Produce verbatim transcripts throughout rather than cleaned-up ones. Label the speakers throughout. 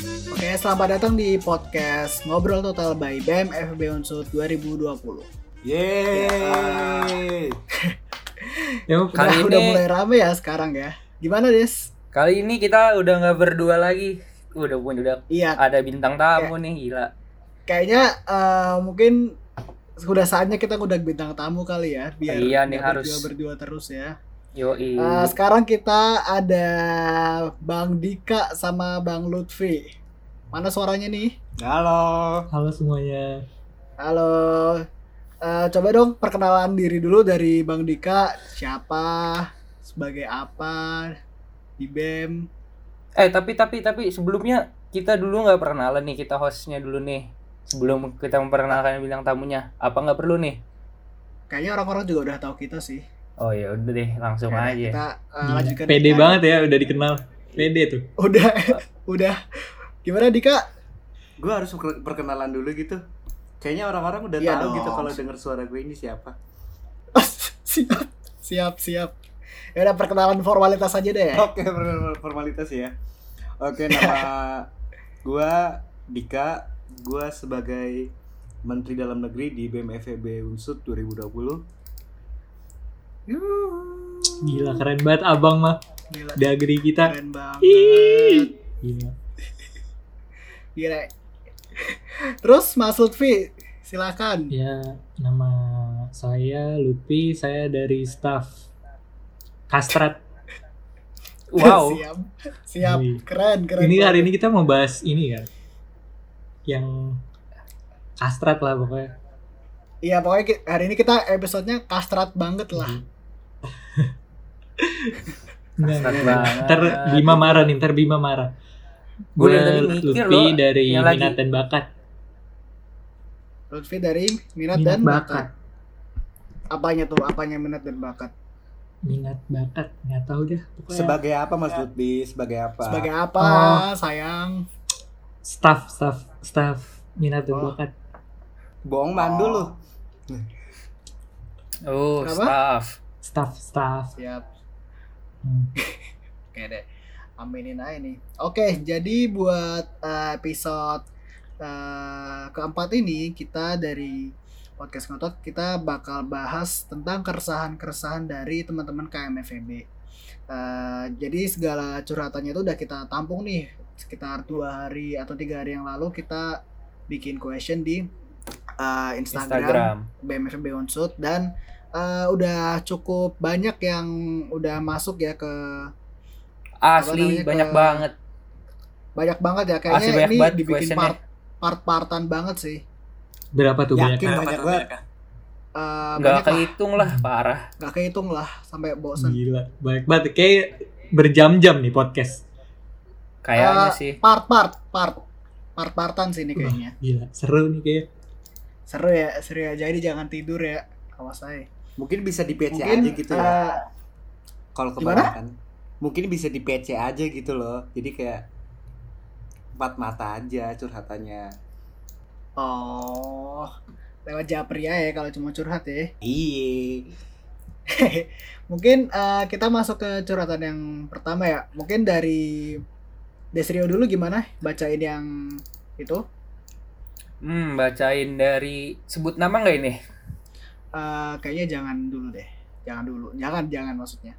Speaker 1: Oke, selamat datang di podcast Ngobrol Total by B M F B Unsut dua ribu dua puluh.
Speaker 2: Yeay.
Speaker 1: Ya, udah,
Speaker 3: kali ini
Speaker 1: udah mulai rame ya sekarang ya. Gimana, Des?
Speaker 3: Kali ini kita udah nggak berdua lagi. Udah punya udah
Speaker 1: Iya.
Speaker 3: ada bintang tamu
Speaker 1: Kayak-
Speaker 3: nih, gila.
Speaker 1: Kayaknya uh, mungkin sudah saatnya kita udah bintang tamu kali ya, biar
Speaker 3: Iya nih,
Speaker 1: nggak
Speaker 3: harus.
Speaker 1: berdua-berdua terus ya.
Speaker 3: Yoi.
Speaker 1: Uh, sekarang kita ada Bang Dika sama Bang Lutfi. Mana suaranya nih?
Speaker 2: Halo.
Speaker 4: Halo semuanya.
Speaker 1: Halo. Uh, coba dong perkenalan diri dulu dari Bang Dika. Siapa? Sebagai apa? Di B E M.
Speaker 3: Eh tapi tapi tapi sebelumnya kita dulu nggak perkenalan nih, kita hostnya dulu nih. Sebelum kita memperkenalkan bintang tamunya, apa nggak perlu nih?
Speaker 1: Kayaknya orang-orang juga udah tahu kita sih.
Speaker 3: Oh ya udah deh, langsung
Speaker 1: Ya,
Speaker 3: aja.
Speaker 1: kita uh,
Speaker 4: Gila,
Speaker 1: lanjutkan.
Speaker 4: Pede
Speaker 1: Dika.
Speaker 4: banget ya, udah dikenal. Pede tuh.
Speaker 1: Udah, udah. Gimana Dika?
Speaker 2: Gue harus per- perkenalan dulu gitu. Kayaknya orang-orang udah
Speaker 1: Iya
Speaker 2: tahu
Speaker 1: dong.
Speaker 2: gitu kalau dengar suara gue ini siapa.
Speaker 1: siap, siap, siap. Ya udah perkenalan formalitas aja deh.
Speaker 2: Oke, for- formalitas ya. Oke, nama gue Dika. Gue sebagai Menteri Dalam Negeri di B M F B Unsut dua ribu dua puluh.
Speaker 1: Yuh,
Speaker 4: Gila keren banget abang mah.
Speaker 1: Gila,
Speaker 4: Dagri kita.
Speaker 1: keren banget.
Speaker 4: Ih. Gila.
Speaker 1: Gila. Terus Mas Lutfi, silakan.
Speaker 4: Ya, nama saya Lutfi, saya dari staff Kastrat.
Speaker 3: Wow.
Speaker 1: Siap, siap.
Speaker 4: Wih.
Speaker 1: Keren, keren.
Speaker 4: Ini hari
Speaker 1: banget.
Speaker 4: ini kita mau bahas ini kan. Yang Kastrat lah pokoknya.
Speaker 1: Iya, pokoknya ki- hari ini kita episodenya kastrat banget lah.
Speaker 4: Nah,
Speaker 3: Kastrat banget.
Speaker 4: ntar Bima marah nih, ntar Bima marah.
Speaker 3: Gue
Speaker 4: Gue
Speaker 3: dari tadi mikir
Speaker 4: Lutfi
Speaker 3: loh,
Speaker 4: dari
Speaker 3: yang lagi-
Speaker 4: minat dan bakat.
Speaker 1: Lutfi dari minat,
Speaker 4: Minat
Speaker 1: dan bakat.
Speaker 4: bakat.
Speaker 1: Apanya tuh? Apanya minat dan bakat?
Speaker 4: Minat bakat, nggak tahu deh. Pokoknya
Speaker 2: Sebagai apa Mas Lutfi? Sebagai apa?
Speaker 1: Sebagai apa,
Speaker 4: Oh.
Speaker 1: sayang?
Speaker 4: staff, staff, staff minat dan
Speaker 1: Oh.
Speaker 4: bakat.
Speaker 2: Bohong mandu lu.
Speaker 3: Oh,
Speaker 1: Kenapa?
Speaker 3: staff.
Speaker 4: Staff, staff.
Speaker 1: Siap.
Speaker 4: Hmm.
Speaker 1: Oke deh, aminin aja nih. Oke, jadi buat uh, episode uh, keempat ini kita dari podcast Ngotot kita bakal bahas tentang keresahan-keresahan dari teman-teman K M F E B. Uh, jadi segala curhatannya itu udah kita tampung nih sekitar dua hari atau tiga hari yang lalu kita bikin question di uh, Instagram,
Speaker 3: Instagram.
Speaker 1: B M F B Unsut dan uh, udah cukup banyak yang udah masuk ya ke
Speaker 3: Asli
Speaker 1: namanya,
Speaker 3: banyak
Speaker 1: ke-
Speaker 3: banyak
Speaker 1: banyak banget ya
Speaker 3: Asli
Speaker 1: kayaknya
Speaker 3: banyak
Speaker 1: ini
Speaker 3: banget
Speaker 1: dibikin
Speaker 3: questionnya.
Speaker 1: part part-partan banget sih.
Speaker 4: Berapa tuh
Speaker 2: Yakin
Speaker 4: banyaknya?
Speaker 2: banyak banget.
Speaker 1: Uh,
Speaker 3: Nggak
Speaker 1: banyak lah,
Speaker 3: kehitung lah, parah.
Speaker 1: nggak kehitung lah sampai bosan.
Speaker 4: Gila, banyak banget. Kayak berjam-jam nih podcast.
Speaker 3: Kayaknya
Speaker 1: Uh,
Speaker 3: sih.
Speaker 1: Part-part, part, part-partan sih ini
Speaker 4: Wah,
Speaker 1: kayaknya.
Speaker 4: gila, seru nih kayak.
Speaker 1: Seru ya, seru ya. Jadi jangan tidur ya, awas aja.
Speaker 2: Mungkin bisa di P C
Speaker 1: Mungkin
Speaker 2: aja gitu ya.
Speaker 1: uh,
Speaker 2: Kalau
Speaker 1: gimana?
Speaker 2: kebanyakan. Mungkin bisa di P C aja gitu loh. Jadi kayak empat mata aja curhatannya.
Speaker 1: oh, lewat Japri ya kalau cuma curhat ya.
Speaker 2: Iya.
Speaker 1: Mungkin uh, kita masuk ke curhatan yang pertama ya. Mungkin dari Desrio dulu gimana? Bacain yang itu.
Speaker 3: Hmm, bacain dari sebut nama nggak ini?
Speaker 1: Uh, kayaknya jangan dulu deh. Jangan dulu. Jangan, jangan maksudnya.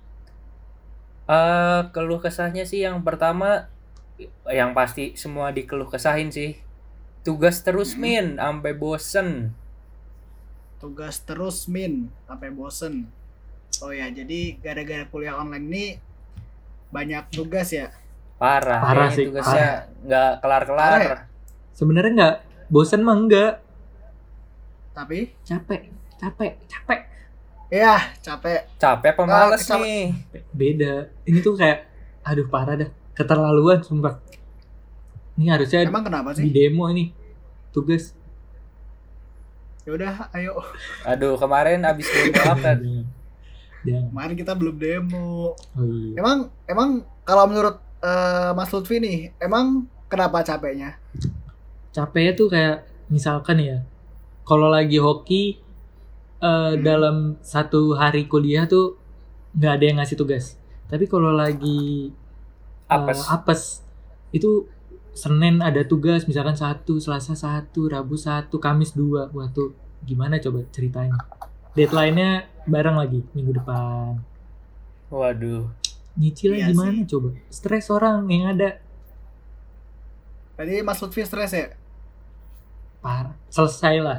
Speaker 3: Eh, keluh kesahnya sih yang pertama yang pasti semua dikeluh kesahin sih. Tugas terus
Speaker 1: Hmm.
Speaker 3: min sampai bosen.
Speaker 1: Tugas terus min sampai bosen. Oh ya, jadi gara-gara kuliah online ini banyak tugas ya.
Speaker 3: Parah,
Speaker 4: Parah
Speaker 3: kayaknya
Speaker 4: sih,
Speaker 3: tugasnya nggak kelar-kelar.
Speaker 1: Parah ya?
Speaker 4: Sebenarnya nggak bosan mah enggak.
Speaker 1: Tapi
Speaker 4: Capek, capek, capek.
Speaker 1: ya capek.
Speaker 3: Capek apa
Speaker 1: Ah,
Speaker 3: males
Speaker 1: kecap-
Speaker 3: nih?
Speaker 4: Beda. Ini tuh kayak, aduh parah dah. Keterlaluan sumpah. Ini harusnya
Speaker 1: Emang kenapa
Speaker 4: di
Speaker 1: sih?
Speaker 4: demo ini tugas.
Speaker 1: Ya udah, ayo.
Speaker 3: Aduh, kemarin abis demo apa?
Speaker 4: Jangan. Jangan.
Speaker 1: Kemarin kita belum demo.
Speaker 4: Oh iya.
Speaker 1: Emang emang kalau menurut eh, Mas Lutfi nih, emang kenapa capeknya?
Speaker 4: Capeknya tuh kayak misalkan ya, kalau lagi hoki eh,
Speaker 1: Hmm.
Speaker 4: dalam satu hari kuliah tuh nggak ada yang ngasih tugas. Tapi kalau lagi eh,
Speaker 3: Apes.
Speaker 4: apes itu Senin ada tugas misalkan satu, Selasa satu, Rabu satu, Kamis dua. Wah tuh gimana coba ceritanya? Deadline-nya bareng lagi minggu depan.
Speaker 3: Waduh.
Speaker 4: Nyicilnya
Speaker 1: Iya
Speaker 4: gimana
Speaker 1: sih.
Speaker 4: coba? Stres orang yang ada.
Speaker 1: Tadi Mas Lutfi stres ya?
Speaker 4: Parah. Selesai lah.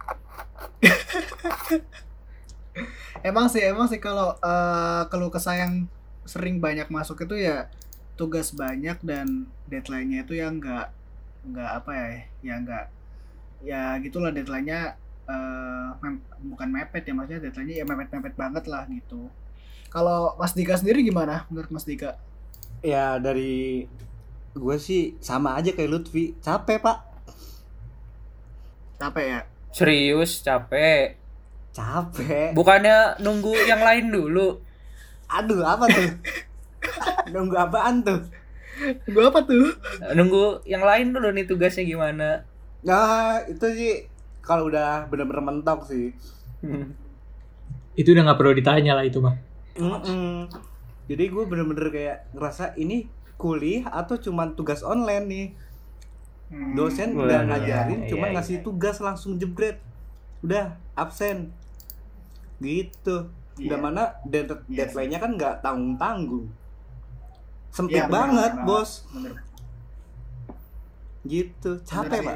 Speaker 1: Emang sih, emang sih kalau eh, keluh kesah yang sering banyak masuk itu ya tugas banyak dan deadline-nya itu yang nggak nggak apa ya, ya nggak ya gitulah deadline-nya eh, mem- bukan mepet ya, maksudnya deadline-nya ya mepet-mepet banget lah gitu. Kalau Mas Dika sendiri gimana menurut Mas Dika?
Speaker 2: Ya dari gue sih sama aja kayak Lutfi, capek pak,
Speaker 1: Capek ya?
Speaker 3: Serius capek.
Speaker 2: capek.
Speaker 3: Bukannya nunggu yang lain dulu.
Speaker 2: Aduh apa tuh? Nunggu apaan tuh?
Speaker 1: Gue apa tuh?
Speaker 3: Nunggu yang lain dulu nih tugasnya gimana.
Speaker 2: Nah itu sih kalau udah bener-bener mentok sih.
Speaker 4: Itu udah nggak perlu ditanya lah itu mah.
Speaker 2: Mm-mm. Jadi gue bener-bener kayak ngerasa ini kuliah atau cuman tugas online nih.
Speaker 1: Hmm,
Speaker 2: Dosen
Speaker 3: Wah,
Speaker 2: udah
Speaker 3: iya,
Speaker 2: ngajarin,
Speaker 3: iya,
Speaker 2: cuman
Speaker 3: iya.
Speaker 2: ngasih tugas langsung jebret, udah absen, gitu. Udah
Speaker 1: Iya.
Speaker 2: mana dead-
Speaker 1: Iya
Speaker 2: deadline-nya kan nggak tanggung-tanggung, sempit
Speaker 1: Iya, bener,
Speaker 2: banget
Speaker 1: bener
Speaker 2: bos,
Speaker 1: Bener.
Speaker 2: gitu. Capek
Speaker 1: sih.
Speaker 2: pak.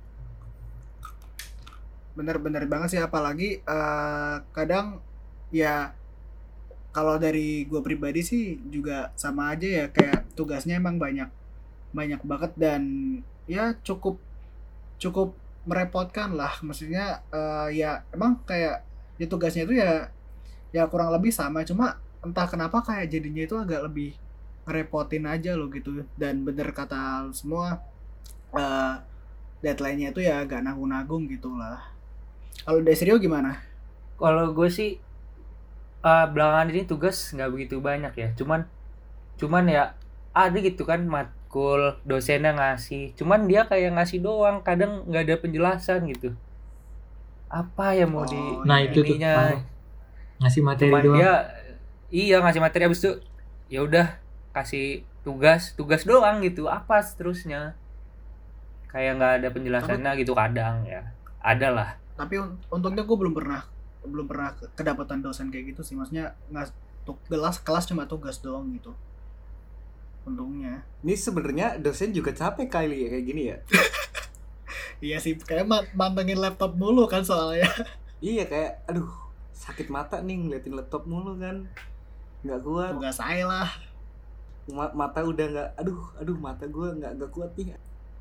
Speaker 1: Bener-bener banget sih, apalagi eh, kadang ya kalau dari gue pribadi sih juga sama aja ya, kayak tugasnya emang banyak banyak banget dan ya cukup cukup merepotkan lah, maksudnya eh, ya emang kayak ya tugasnya itu ya ya kurang lebih sama, cuma entah kenapa kayak jadinya itu agak lebih ngerepotin aja loh gitu. Dan bener kata lu semua, eh, deadline-nya itu ya agak nanggung-nanggung gitu lah. Kalau Desrio gimana?
Speaker 3: Kalau gue sih eh, belakangan ini tugas nggak begitu banyak ya. Cuman cuman ya ada gitu kan matkul dosennya ngasih. Cuman dia kayak ngasih doang, kadang nggak ada penjelasan gitu. Apa ya mau
Speaker 1: Oh,
Speaker 3: di
Speaker 4: Nah
Speaker 1: iya.
Speaker 4: itu tuh
Speaker 3: ininya.
Speaker 4: parah. Ngasih materi
Speaker 3: Cuman
Speaker 4: doang.
Speaker 3: dia iya ngasih materi abis itu ya udah kasih tugas tugas doang gitu. Apa seterusnya? Kayak nggak ada penjelasannya gitu kadang ya. Ada lah.
Speaker 1: Tapi un- untungnya gue belum pernah belum pernah ke- kedapatan dosen kayak gitu sih, maksudnya nggak tuh kelas kelas cuma tugas doang gitu, untungnya.
Speaker 2: Ini sebenarnya dosen juga capek kali ya kayak gini ya.
Speaker 1: Iya sih, kayak ma- mantengin laptop mulu kan soalnya.
Speaker 2: Iya kayak, aduh sakit mata nih ngeliatin laptop mulu kan, nggak kuat.
Speaker 1: Tugas saya lah.
Speaker 2: Ma- mata udah nggak, aduh aduh mata gue nggak nggak kuat nih.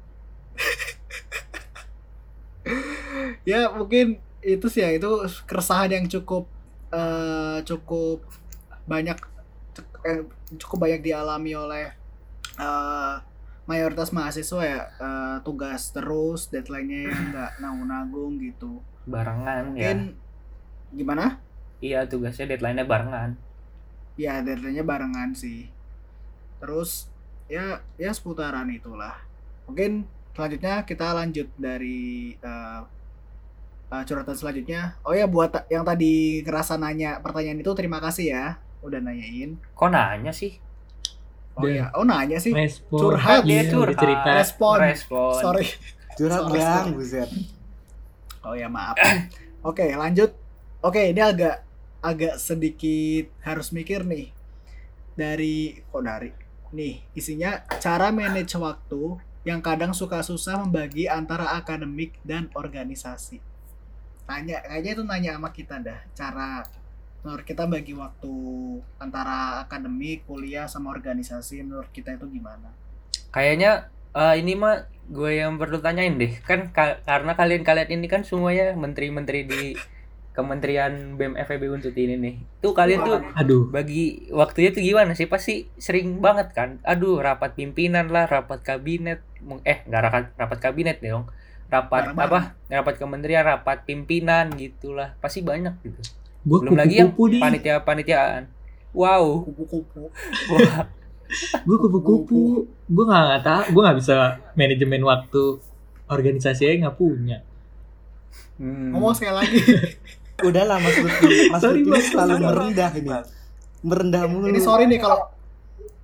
Speaker 1: Ya mungkin itu sih ya, itu keresahan yang cukup eh, cukup banyak eh, cukup banyak dialami oleh eh, mayoritas mahasiswa ya, eh, tugas terus, deadline-nya yang nggak nanggung-nanggung gitu.
Speaker 3: Barengan ya.
Speaker 1: Mungkin gimana?
Speaker 3: Iya tugasnya deadline-nya barengan.
Speaker 1: Ya deadline-nya barengan sih. Terus ya ya seputaran itulah. Mungkin selanjutnya kita lanjut dari uh, uh, curhatan selanjutnya. Oh ya, buat ta- yang tadi ngerasa nanya pertanyaan itu, terima kasih ya udah nanyain.
Speaker 3: Kok nanya sih?
Speaker 1: Oh
Speaker 4: Dan-
Speaker 1: ya, oh nanya sih.
Speaker 4: Respon.
Speaker 1: Curhat,
Speaker 4: Iya,
Speaker 3: dia
Speaker 4: udah
Speaker 3: curhat.
Speaker 4: cerita.
Speaker 1: Respon.
Speaker 3: Respon.
Speaker 1: Sorry.
Speaker 2: Curhat
Speaker 1: Sorry,
Speaker 2: bang,
Speaker 1: sorry.
Speaker 2: buset.
Speaker 1: Oh ya, maaf. Oke, lanjut. Oke, ini agak agak sedikit harus mikir nih. Dari kok dari nih, isinya cara manage waktu yang kadang suka susah membagi antara akademik dan organisasi. Tanya, kayaknya itu nanya sama kita dah. Cara menurut kita bagi waktu antara akademik, kuliah sama organisasi, menurut kita itu gimana?
Speaker 3: Kayaknya eh, ini mah gue yang perlu tanyain deh. Kan ka- karena kalian-kalian ini kan semuanya menteri-menteri di Kementerian B E M F E B Unsut ini nih. Tuh kalian tuh
Speaker 4: Aduh.
Speaker 3: bagi waktunya tuh gimana sih? Pasti sering banget kan. Aduh, rapat pimpinan lah, rapat kabinet. Mung- Eh, enggak rapat rapat kabinet dong. Rapat
Speaker 1: Bareng-bareng.
Speaker 3: apa? Rapat kementerian, rapat pimpinan gitulah. Pasti banyak gitu.
Speaker 4: Gue
Speaker 3: Belum lagi yang
Speaker 4: kupu-kupu nih.
Speaker 3: panitia-panitiaan. Wow.
Speaker 1: Kupu-kupu.
Speaker 3: Wah.
Speaker 4: Gue kupu-kupu. Gue nggak tahu. Gue nggak bisa manajemen waktu. Organisasi aja nggak punya.
Speaker 3: Hmm.
Speaker 1: Ngomong sekali lagi.
Speaker 2: Udah lah Mas Lutfi, Mas
Speaker 4: Sorry,
Speaker 2: Lutfi
Speaker 4: Mas.
Speaker 2: selalu merendah ini, merendah mulu.
Speaker 1: Ini sorry nih kalau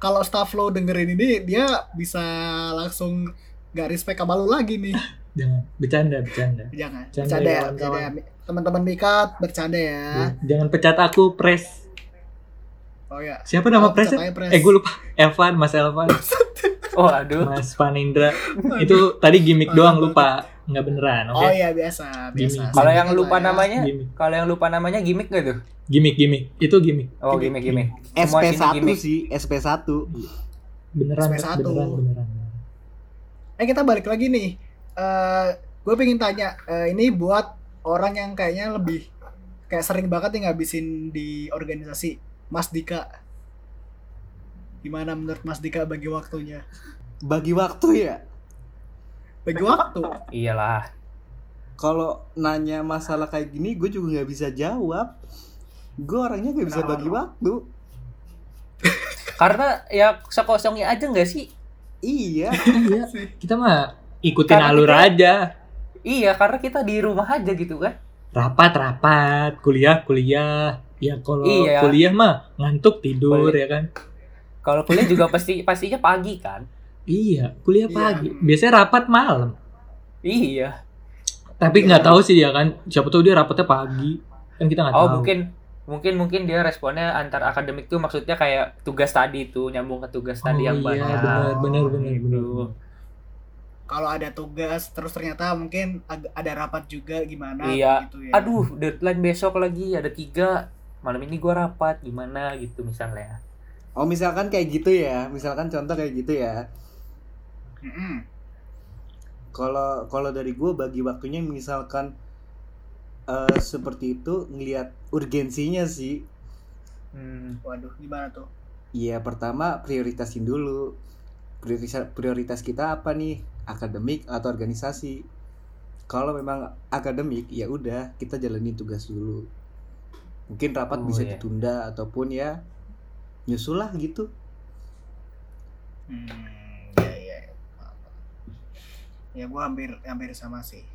Speaker 1: kalau staff lo dengerin ini dia bisa langsung nggak respect sama lo lagi nih.
Speaker 4: Jangan bercanda, bercanda.
Speaker 1: Jangan.
Speaker 4: Bercanda
Speaker 1: Bercanda
Speaker 4: ya,
Speaker 1: ya,
Speaker 4: kawan-kawan.
Speaker 1: bercanda ya. Teman-teman Mikat bercanda ya.
Speaker 4: Jangan pecat aku, Pres.
Speaker 1: Oh ya.
Speaker 4: Siapa nama
Speaker 1: Oh,
Speaker 4: Pres?
Speaker 1: pecat aja, Pres.
Speaker 4: Eh, gue lupa. Elvan, Mas Elvan.
Speaker 3: Oh aduh.
Speaker 4: Mas Panindra. Itu tadi gimmick doang, lupa. Nggak beneran, oke?
Speaker 1: Oh iya biasa, biasa.
Speaker 4: Gimik.
Speaker 3: Kalau
Speaker 1: Sedikit
Speaker 3: yang
Speaker 1: lah
Speaker 3: lupa
Speaker 1: ya.
Speaker 3: namanya,
Speaker 4: Gimmick.
Speaker 3: kalau yang lupa namanya gimmick gak tuh?
Speaker 4: Gimmick, gimmick. Itu gimmick.
Speaker 3: Oh gimmick gimmick.
Speaker 2: S
Speaker 3: Semua
Speaker 2: P
Speaker 3: sini
Speaker 2: satu
Speaker 3: gimmick.
Speaker 2: sih, S P satu.
Speaker 4: Beneran,
Speaker 1: S P satu.
Speaker 4: beneran, beneran, beneran.
Speaker 1: Eh kita balik lagi nih. Eh gue pengen tanya, eh, ini buat orang yang kayaknya lebih kayak sering banget nih ngabisin di organisasi. Mas Dika, gimana menurut Mas Dika bagi waktunya?
Speaker 2: Bagi waktu ya.
Speaker 1: Bagi waktu.
Speaker 3: Iyalah.
Speaker 2: Kalau nanya masalah kayak gini, gue juga nggak bisa jawab. Gue orangnya nggak bisa
Speaker 1: Kenapa
Speaker 2: bagi
Speaker 1: lo?
Speaker 2: waktu.
Speaker 3: Karena ya sekosongnya aja nggak sih?
Speaker 2: Iya.
Speaker 4: Iya, kita mah ikutin
Speaker 3: Karena
Speaker 4: alur
Speaker 3: kita-
Speaker 4: aja.
Speaker 3: Iya karena kita di rumah aja gitu kan.
Speaker 4: Rapat, rapat. Kuliah, kuliah. Ya kalau
Speaker 3: Iya.
Speaker 4: kuliah mah ngantuk tidur
Speaker 3: Boleh.
Speaker 4: ya kan.
Speaker 3: Kalau kuliah juga pasti pastinya pagi kan.
Speaker 4: Iya, kuliah
Speaker 1: Iya.
Speaker 4: pagi. Biasanya rapat malam.
Speaker 3: Iya.
Speaker 4: Tapi
Speaker 1: Iya.
Speaker 4: nggak tahu sih ya kan. Siapa tahu dia rapatnya pagi. Kan kita nggak
Speaker 3: Oh
Speaker 4: tahu.
Speaker 3: mungkin mungkin mungkin dia responnya antar akademik tuh maksudnya kayak tugas tadi tuh nyambung ke tugas tadi
Speaker 4: Oh
Speaker 3: yang
Speaker 4: iya,
Speaker 3: banyak.
Speaker 4: benar, benar, benar,
Speaker 3: Gitu.
Speaker 4: benar.
Speaker 1: Kalau ada tugas terus ternyata mungkin ag- ada rapat juga gimana
Speaker 3: Iya.
Speaker 1: gitu ya.
Speaker 3: Aduh, deadline besok lagi ada tiga. Malam ini gua rapat gimana gitu misalnya.
Speaker 2: Oh misalkan kayak gitu ya. Misalkan contoh kayak gitu ya.
Speaker 1: Mm-mm.
Speaker 2: Kalau kalau dari gue bagi waktunya misalkan eh, seperti itu ngelihat urgensinya sih.
Speaker 3: Hmm.
Speaker 1: Waduh, gimana tuh?
Speaker 2: Iya pertama prioritasin dulu. Prioritas prioritas kita apa nih? Akademik atau organisasi? Kalau memang akademik ya udah kita jalanin tugas dulu. Mungkin rapat
Speaker 3: Oh,
Speaker 2: bisa
Speaker 3: iya.
Speaker 2: ditunda ataupun ya nyusul lah gitu.
Speaker 1: Hmm, ya ya. Ya gua hampir hampir sama sih.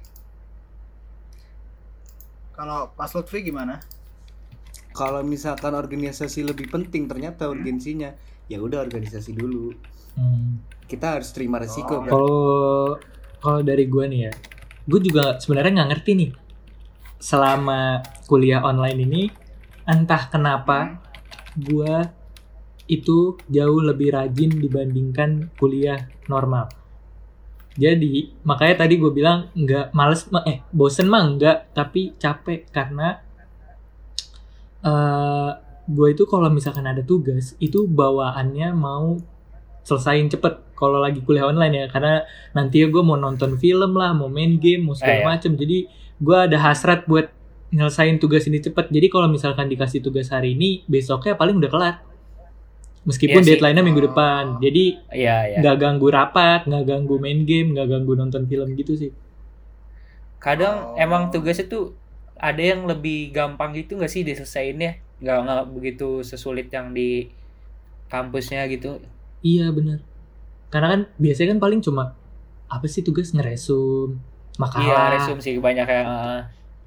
Speaker 1: Kalau Pas Lutfi gimana?
Speaker 2: Kalau misalkan organisasi lebih penting ternyata urgensinya, ya udah organisasi dulu.
Speaker 4: Hmm.
Speaker 2: Kita harus terima resiko.
Speaker 1: Oh.
Speaker 2: Bro.
Speaker 4: Kalau kalau dari gue nih ya, gue juga sebenarnya nggak ngerti nih selama kuliah online ini, entah kenapa gue itu jauh lebih rajin dibandingkan kuliah normal. Jadi makanya tadi gue bilang nggak males, eh bosen mah enggak, tapi capek karena uh, gue itu kalau misalkan ada tugas itu bawaannya mau selesain cepet kalau lagi kuliah online ya, karena nanti gue mau nonton film lah, mau main game, mau segala
Speaker 3: Eh, ya.
Speaker 4: macem. Jadi gue ada hasrat buat nyelesain tugas ini cepet. Jadi kalau misalkan dikasih tugas hari ini, besoknya paling udah kelar. Meskipun
Speaker 3: Iya sih.
Speaker 4: deadline-nya minggu
Speaker 1: Oh.
Speaker 4: depan. Jadi
Speaker 3: Iya, iya.
Speaker 4: nggak ganggu rapat, nggak ganggu main game, nggak ganggu nonton film gitu sih.
Speaker 3: Kadang
Speaker 1: Oh.
Speaker 3: emang tugasnya tuh ada yang lebih gampang gitu nggak sih diselesainnya? Nggak nggak begitu sesulit yang di kampusnya gitu.
Speaker 4: Iya bener. Karena kan biasanya kan paling cuma apa sih tugas ngeresum,
Speaker 3: Iya,
Speaker 4: makalah.
Speaker 3: resume sih banyak yang uh,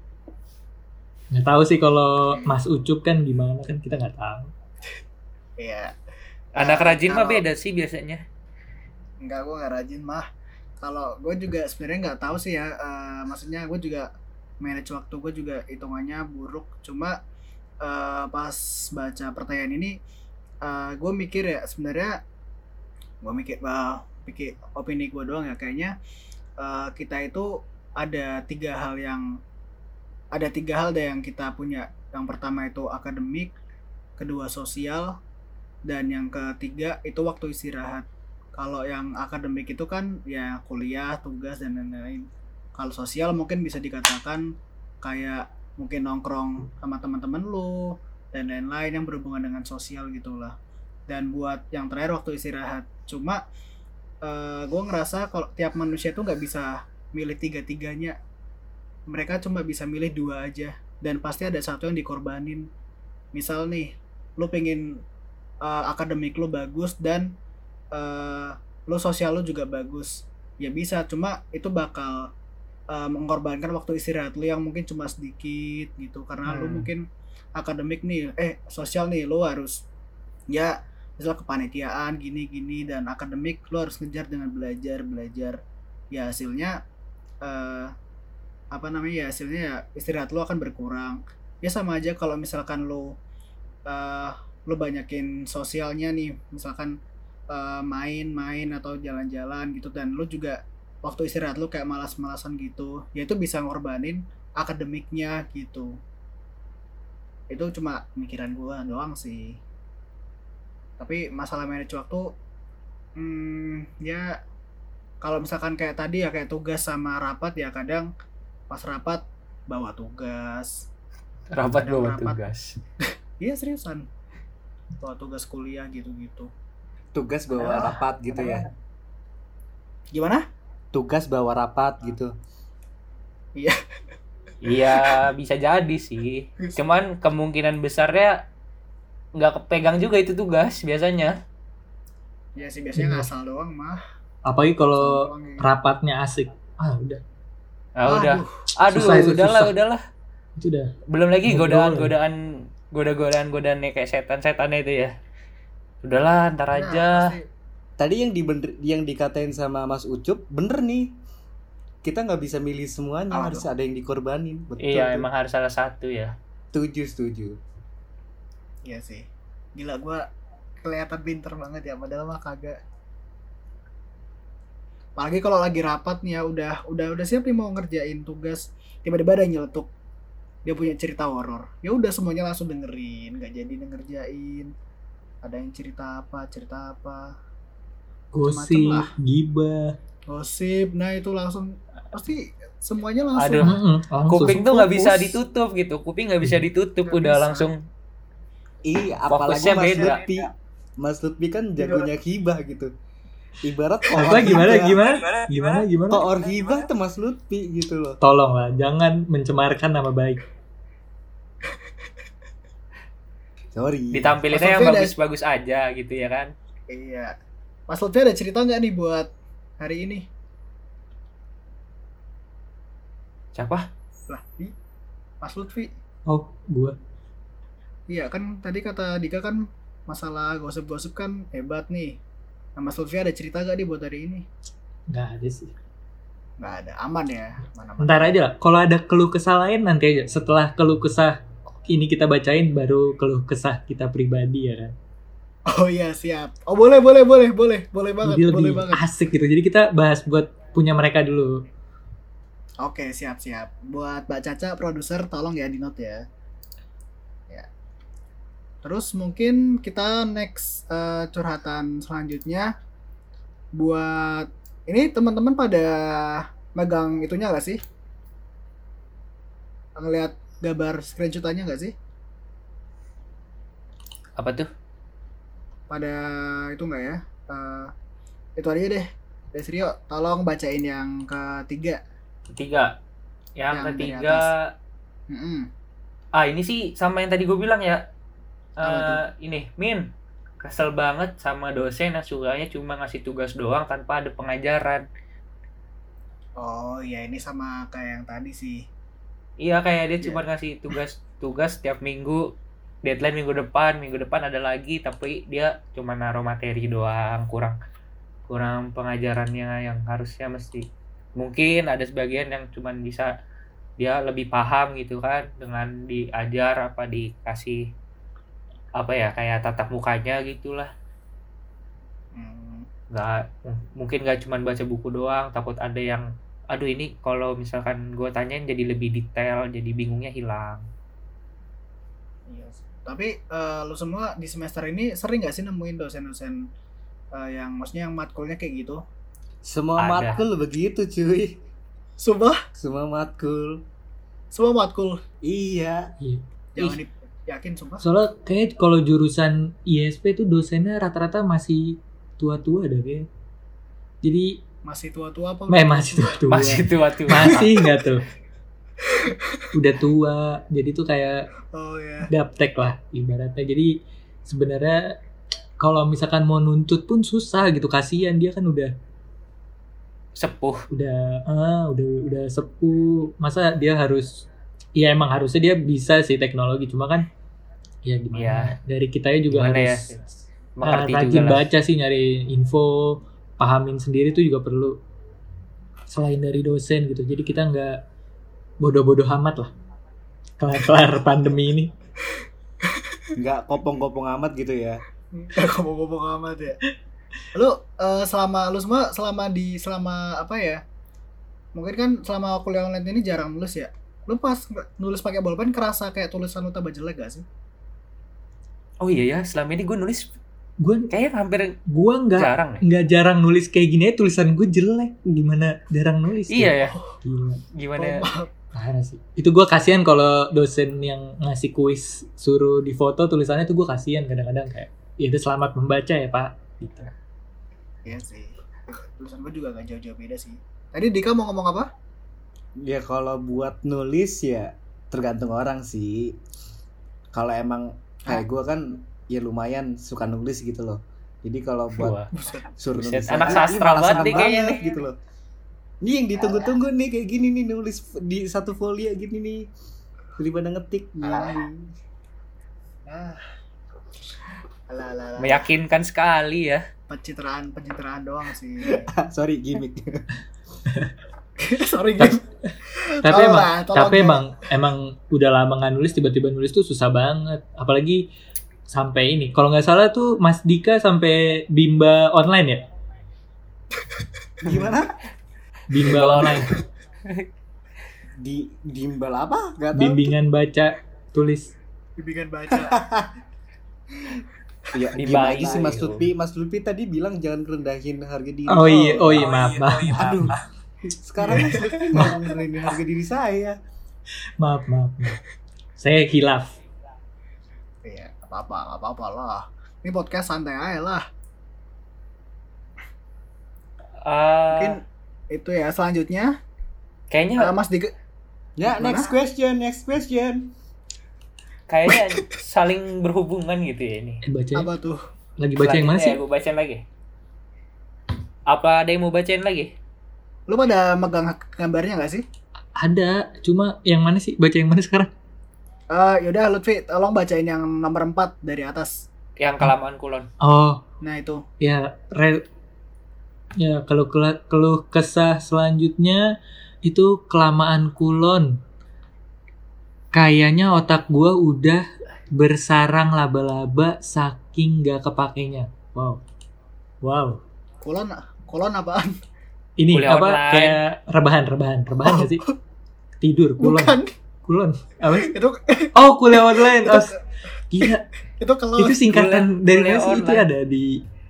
Speaker 4: Nggak tahu sih kalau Mas Ucup kan gimana, kan kita nggak tahu.
Speaker 1: Iya.
Speaker 3: anak
Speaker 1: Nah,
Speaker 3: rajin mah
Speaker 1: kalau-
Speaker 3: beda sih biasanya.
Speaker 1: Enggak, gue nggak rajin mah. Kalau gue juga sebenarnya nggak tahu sih ya. eh, maksudnya gue juga manage waktu gue juga hitungannya buruk. Cuma eh, pas baca pertanyaan ini, eh, gue mikir ya sebenarnya gue mikir, wah, pikir opini gue doang ya kayaknya eh, kita itu ada tiga hal yang ada tiga hal deh yang kita punya. Yang pertama itu akademik, kedua sosial, dan yang ketiga itu waktu istirahat. Kalau yang akademik itu kan ya kuliah, tugas, dan lain-lain. Kalau sosial mungkin bisa dikatakan kayak mungkin nongkrong sama teman-teman lu dan lain-lain yang berhubungan dengan sosial gitulah. Dan buat yang terakhir waktu istirahat. Cuma eh, gue ngerasa kalau tiap manusia tuh nggak bisa milih tiga-tiganya. Mereka cuma bisa milih dua aja. Dan pasti ada satu yang dikorbanin. Misal nih, lu pengen eh, akademik lu bagus dan uh, lo sosial lo juga bagus, ya bisa, cuma itu bakal uh, mengorbankan waktu istirahat lo yang mungkin cuma sedikit gitu, karena lo
Speaker 3: Hmm.
Speaker 1: mungkin akademik nih, eh sosial nih lo harus ya misal kepanitiaan gini-gini dan akademik lo harus ngejar dengan belajar belajar ya hasilnya eh, apa namanya ya hasilnya ya istirahat lo akan berkurang. Ya sama aja kalau misalkan lo uh, lo banyakin sosialnya nih, misalkan uh, main-main atau jalan-jalan gitu, dan lo juga waktu istirahat lo kayak malas-malasan gitu, ya itu bisa ngorbanin akademiknya gitu. Itu cuma pemikiran gue doang sih. Tapi masalah manage waktu, hmm, ya kalau misalkan kayak tadi ya kayak tugas sama rapat ya kadang pas rapat bawa tugas.
Speaker 3: Rapat
Speaker 1: Kadang
Speaker 3: bawa
Speaker 1: rapat.
Speaker 3: tugas.
Speaker 1: Iya seriusan. Bawa tugas kuliah gitu-gitu.
Speaker 2: Tugas bawa rapat gitu ya.
Speaker 1: Gimana?
Speaker 2: Tugas bawa rapat gitu.
Speaker 1: Iya.
Speaker 3: Iya bisa jadi sih. Cuman kemungkinan besarnya nggak kepegang juga itu tugas biasanya.
Speaker 1: Ya sih biasanya
Speaker 4: Bener.
Speaker 1: ngasal doang mah.
Speaker 4: Apalagi kalau
Speaker 1: Ngasal doang ya.
Speaker 4: rapatnya asik. Ah udah.
Speaker 3: Ah udah.
Speaker 1: Aduh.
Speaker 3: Aduh,
Speaker 4: Susah itu,
Speaker 3: udahlah,
Speaker 4: susah.
Speaker 3: udahlah.
Speaker 4: Itu udah.
Speaker 3: Belum lagi
Speaker 4: Ngobrol
Speaker 3: godaan-godaan goda-godaan godaannya kayak setan-setannya itu ya. Udahlah, ntar
Speaker 1: Nah,
Speaker 3: aja.
Speaker 1: pasti-
Speaker 2: Tadi yang dibener, yang dikatain sama Mas Ucup bener nih. Kita nggak bisa milih semuanya,
Speaker 1: Aduh.
Speaker 2: harus ada yang dikorbanin. Betul.
Speaker 3: Iya,
Speaker 2: tuh.
Speaker 3: emang harus salah satu ya.
Speaker 2: Setuju, setuju.
Speaker 1: Iya sih. Gila gue kelihatan pinter banget ya, padahal mah kagak. Apalagi kalau lagi rapat nih ya, udah udah udah siap nih mau ngerjain tugas, tiba-tiba ada yang nyeletuk. Dia punya cerita horor. Ya udah semuanya langsung dengerin, nggak jadi ngerjain. Ada yang cerita apa, cerita apa.
Speaker 4: Gosip,
Speaker 1: lah.
Speaker 4: gibah.
Speaker 1: Gosip, nah itu langsung pasti semuanya langsung.
Speaker 3: Aduh.
Speaker 4: Mm-mm, langsung.
Speaker 3: Kuping tuh nggak bisa
Speaker 1: fokus.
Speaker 3: ditutup gitu. Kuping nggak bisa ditutup,
Speaker 1: Nggak
Speaker 3: udah
Speaker 1: bisa.
Speaker 3: langsung.
Speaker 2: Iya, apalagi
Speaker 3: Fokusnya
Speaker 2: Mas
Speaker 3: beda.
Speaker 2: Lutfi. Mas Lutfi kan jagonya hibah gitu. Ibarat
Speaker 4: Apa
Speaker 2: koor
Speaker 4: gimana
Speaker 2: hibah.
Speaker 4: gimana? Gimana gimana?
Speaker 2: Koor hibah tuh Mas Lutfi gitu loh.
Speaker 4: Tolonglah, jangan mencemarkan nama baik.
Speaker 2: Sorry.
Speaker 3: Ditampilinnya
Speaker 1: Mas
Speaker 3: yang
Speaker 1: Lutfi ada-
Speaker 3: bagus-bagus aja gitu ya kan.
Speaker 1: Iya. Mas Lutfi ada cerita nggak nih buat hari ini?
Speaker 3: Siapa?
Speaker 1: Lah, ih, Mas Lutfi.
Speaker 4: Oh, gua.
Speaker 1: Iya kan tadi kata Dika kan masalah gosip-gosip kan hebat nih. Nah, Mas Lutfi ada cerita gak nih buat hari ini?
Speaker 4: Nggak ada sih.
Speaker 1: Nggak ada, aman ya, mana-mana.
Speaker 4: Ntar aja lah. Kalau ada keluh kesah lain nanti aja. Setelah keluh kesah ini kita bacain, baru keluh kesah kita pribadi ya kan.
Speaker 1: Oh iya siap. Oh boleh boleh boleh boleh boleh banget
Speaker 4: Jadi
Speaker 1: boleh
Speaker 4: lebih
Speaker 1: banget.
Speaker 4: asik gitu. Jadi kita bahas buat punya mereka dulu.
Speaker 1: Oke siap siap. Buat Mbak Caca produser tolong ya di note ya. Ya. Terus mungkin kita next eh, curhatan selanjutnya buat ini teman-teman pada megang itunya nggak sih? Ngelihat gambar screenshotannya nggak sih?
Speaker 3: Apa tuh?
Speaker 1: Pada itu nggak ya? Eh, itu aja deh. Desrio, tolong bacain yang ketiga.
Speaker 3: Ketiga. Yang,
Speaker 1: Yang dari
Speaker 3: ketiga.
Speaker 1: Mm-mm.
Speaker 3: Ah ini sih sama yang tadi gue bilang ya.
Speaker 1: Apa
Speaker 3: Eh ini Min, kesel banget sama dosen yang sukanya cuma ngasih tugas doang tanpa ada pengajaran.
Speaker 1: Oh iya ini sama kayak yang tadi sih.
Speaker 3: Iya kayak dia
Speaker 1: Iya.
Speaker 3: cuma ngasih tugas-tugas setiap minggu, deadline minggu depan, minggu depan ada lagi, tapi dia cuma naruh materi doang, kurang kurang pengajarannya yang harusnya mesti. Mungkin ada sebagian yang cuma bisa dia lebih paham gitu kan dengan diajar apa dikasih apa ya kayak tatap mukanya gitulah.
Speaker 1: Hmm.
Speaker 3: Nggak m- mungkin nggak cuma baca buku doang, takut ada yang aduh ini kalau misalkan gue tanyain jadi lebih detail, jadi bingungnya hilang.
Speaker 1: Iya. sih. Tapi eh, lu semua di semester ini sering nggak sih nemuin dosen-dosen eh, yang maksudnya yang matkulnya kayak gitu?
Speaker 2: Semua
Speaker 3: Ada.
Speaker 2: matkul begitu cuy.
Speaker 1: Sumpah,
Speaker 2: Semua matkul.
Speaker 1: semua matkul.
Speaker 2: Iya.
Speaker 4: Iya.
Speaker 1: Jangan di, yakin sumpah.
Speaker 4: Soalnya kayak kalau jurusan I S P tuh dosennya rata-rata masih tua-tua dah kayak. Jadi,
Speaker 1: Masih tua-tua apa?
Speaker 4: eh masih tua-tua.
Speaker 3: Masih tua-tua.
Speaker 4: Masih nggak tuh? Udah tua. Jadi tuh kayak
Speaker 1: Oh ya.
Speaker 4: gaptek lah ibaratnya. Jadi sebenarnya kalau misalkan mau nuntut pun susah gitu. Kasihan dia kan udah
Speaker 3: Sepuh.
Speaker 4: udah ah udah udah sepuh. Masa dia harus ya emang harusnya dia bisa sih teknologi, cuma kan ya gimana
Speaker 3: Iya.
Speaker 4: dari kitanya juga
Speaker 3: Gimana
Speaker 4: harus
Speaker 3: mengerti
Speaker 4: rajin
Speaker 3: juga lah.
Speaker 4: baca sih, nyari info, pahamin sendiri tuh juga perlu. Selain dari dosen gitu, jadi kita nggak bodoh-bodoh amat lah kelar-kelar pandemi ini.
Speaker 2: Nggak kopong-kopong amat gitu ya.
Speaker 1: Ngomong-ngomong amat ya. Lu eh, selama lu semua selama di selama apa ya? Mungkin kan selama kuliah online ini jarang nulis ya. Lu pas nulis pakai bolpen kerasa kayak tulisan lu tambah jelek gak sih?
Speaker 3: Oh iya ya, selama ini gue nulis
Speaker 4: Gue
Speaker 3: kayaknya hampir
Speaker 4: gue nggak
Speaker 3: jarang ya.
Speaker 4: nggak jarang nulis kayak gini ya, tulisan gue jelek. Gimana jarang nulis?
Speaker 3: Iya ya.
Speaker 4: Gila.
Speaker 3: Gimana?
Speaker 1: Oh, maaf.
Speaker 4: Parah sih. Itu gue kasihan kalau dosen yang ngasih kuis suruh di foto tulisannya tuh gue kasihan kadang-kadang kayak, ya udah selamat membaca ya Pak. Gitu.
Speaker 1: Iya sih. Tulisan gue juga gak jauh-jauh beda sih. Tadi Dika mau ngomong apa?
Speaker 2: Ya kalau buat nulis ya tergantung orang sih. Kalau emang kayak gue kan ya lumayan suka nulis gitu loh. Jadi kalau buat
Speaker 3: Wah.
Speaker 2: suruh
Speaker 3: Buset,
Speaker 2: nulis
Speaker 3: anak
Speaker 2: lagi,
Speaker 3: sastra
Speaker 2: malah
Speaker 3: banget
Speaker 2: seneng
Speaker 3: nih kayaknya nih.
Speaker 2: gitu loh. Ini yang ditunggu-tunggu nih kayak gini nih, nulis di satu folia gini nih daripada ngetik gini.
Speaker 1: Ah. Alah, alah, alah.
Speaker 3: Meyakinkan sekali ya.
Speaker 1: Pencitraan, pencitraan doang sih.
Speaker 2: Sorry gimmick.
Speaker 1: Sorry
Speaker 4: Tapi-
Speaker 1: guys.
Speaker 4: Tapi
Speaker 1: Tolong
Speaker 4: emang,
Speaker 1: lah, tolong
Speaker 4: tapi
Speaker 1: guys.
Speaker 4: emang emang udah lama nggak nulis, tiba-tiba nulis tuh susah banget. Apalagi sampai ini. Kalau nggak salah tuh Mas Dika sampai bimba online ya?
Speaker 2: Gimana?
Speaker 4: Bimba online,
Speaker 2: Di dimbal apa? Gak tahu.
Speaker 4: bimbingan baca tulis.
Speaker 1: Bimbingan baca.
Speaker 2: Ya,
Speaker 3: Di
Speaker 2: gimana
Speaker 3: bayi
Speaker 2: sih Mas
Speaker 3: itu.
Speaker 2: Lutfi? Mas Lutfi tadi bilang jangan rendahin harga diri.
Speaker 4: Oh iya, oh iya, maaf, maaf,
Speaker 2: Aduh. Sekarang Mas Lutfi mau rendahin harga diri saya.
Speaker 4: maaf, maaf, maaf. Saya hilaf.
Speaker 1: Iya, gak apa-apa, gak apa-apa lah. Ini podcast santai aja lah.
Speaker 3: Ah,
Speaker 1: Mungkin itu ya, selanjutnya
Speaker 3: kayaknya
Speaker 1: eh, Mas Dika.
Speaker 2: Ya,
Speaker 1: Mana?
Speaker 2: next question, next question.
Speaker 3: kayaknya saling berhubungan gitu ya ini.
Speaker 4: Eh, baca
Speaker 1: Apa tuh?
Speaker 4: lagi baca yang mana sih?
Speaker 3: Ya, gue bacain lagi. Apa ada yang mau bacain lagi?
Speaker 1: Lu pada megang gambarnya gak sih?
Speaker 4: Ada, cuma yang mana sih? Baca yang mana sekarang?
Speaker 1: Eh, yaudah Lutfi, tolong bacain yang nomor empat dari atas.
Speaker 3: Yang kelamaan kulon.
Speaker 4: Oh,
Speaker 1: Nah itu.
Speaker 4: ya, re- ya kalau kela- keluh kesah selanjutnya itu kelamaan kulon. Kayaknya otak gua udah bersarang laba-laba saking gak kepakainya. Wow, wow.
Speaker 1: Kolon, kolon apaan?
Speaker 4: Ini
Speaker 3: Kuliah
Speaker 4: apa?
Speaker 3: online.
Speaker 4: Kayak rebahan, rebahan, rebahan nggak sih? Tidur, kulon,
Speaker 1: Bukan.
Speaker 4: kulon. Apa?
Speaker 1: Itu
Speaker 4: Oh, kuliah online. Oh, gila.
Speaker 1: itu kelon.
Speaker 4: Itu singkatan
Speaker 3: Kuliah-
Speaker 4: dari
Speaker 3: kuliah
Speaker 4: mana sih? Itu
Speaker 3: online.
Speaker 4: ada di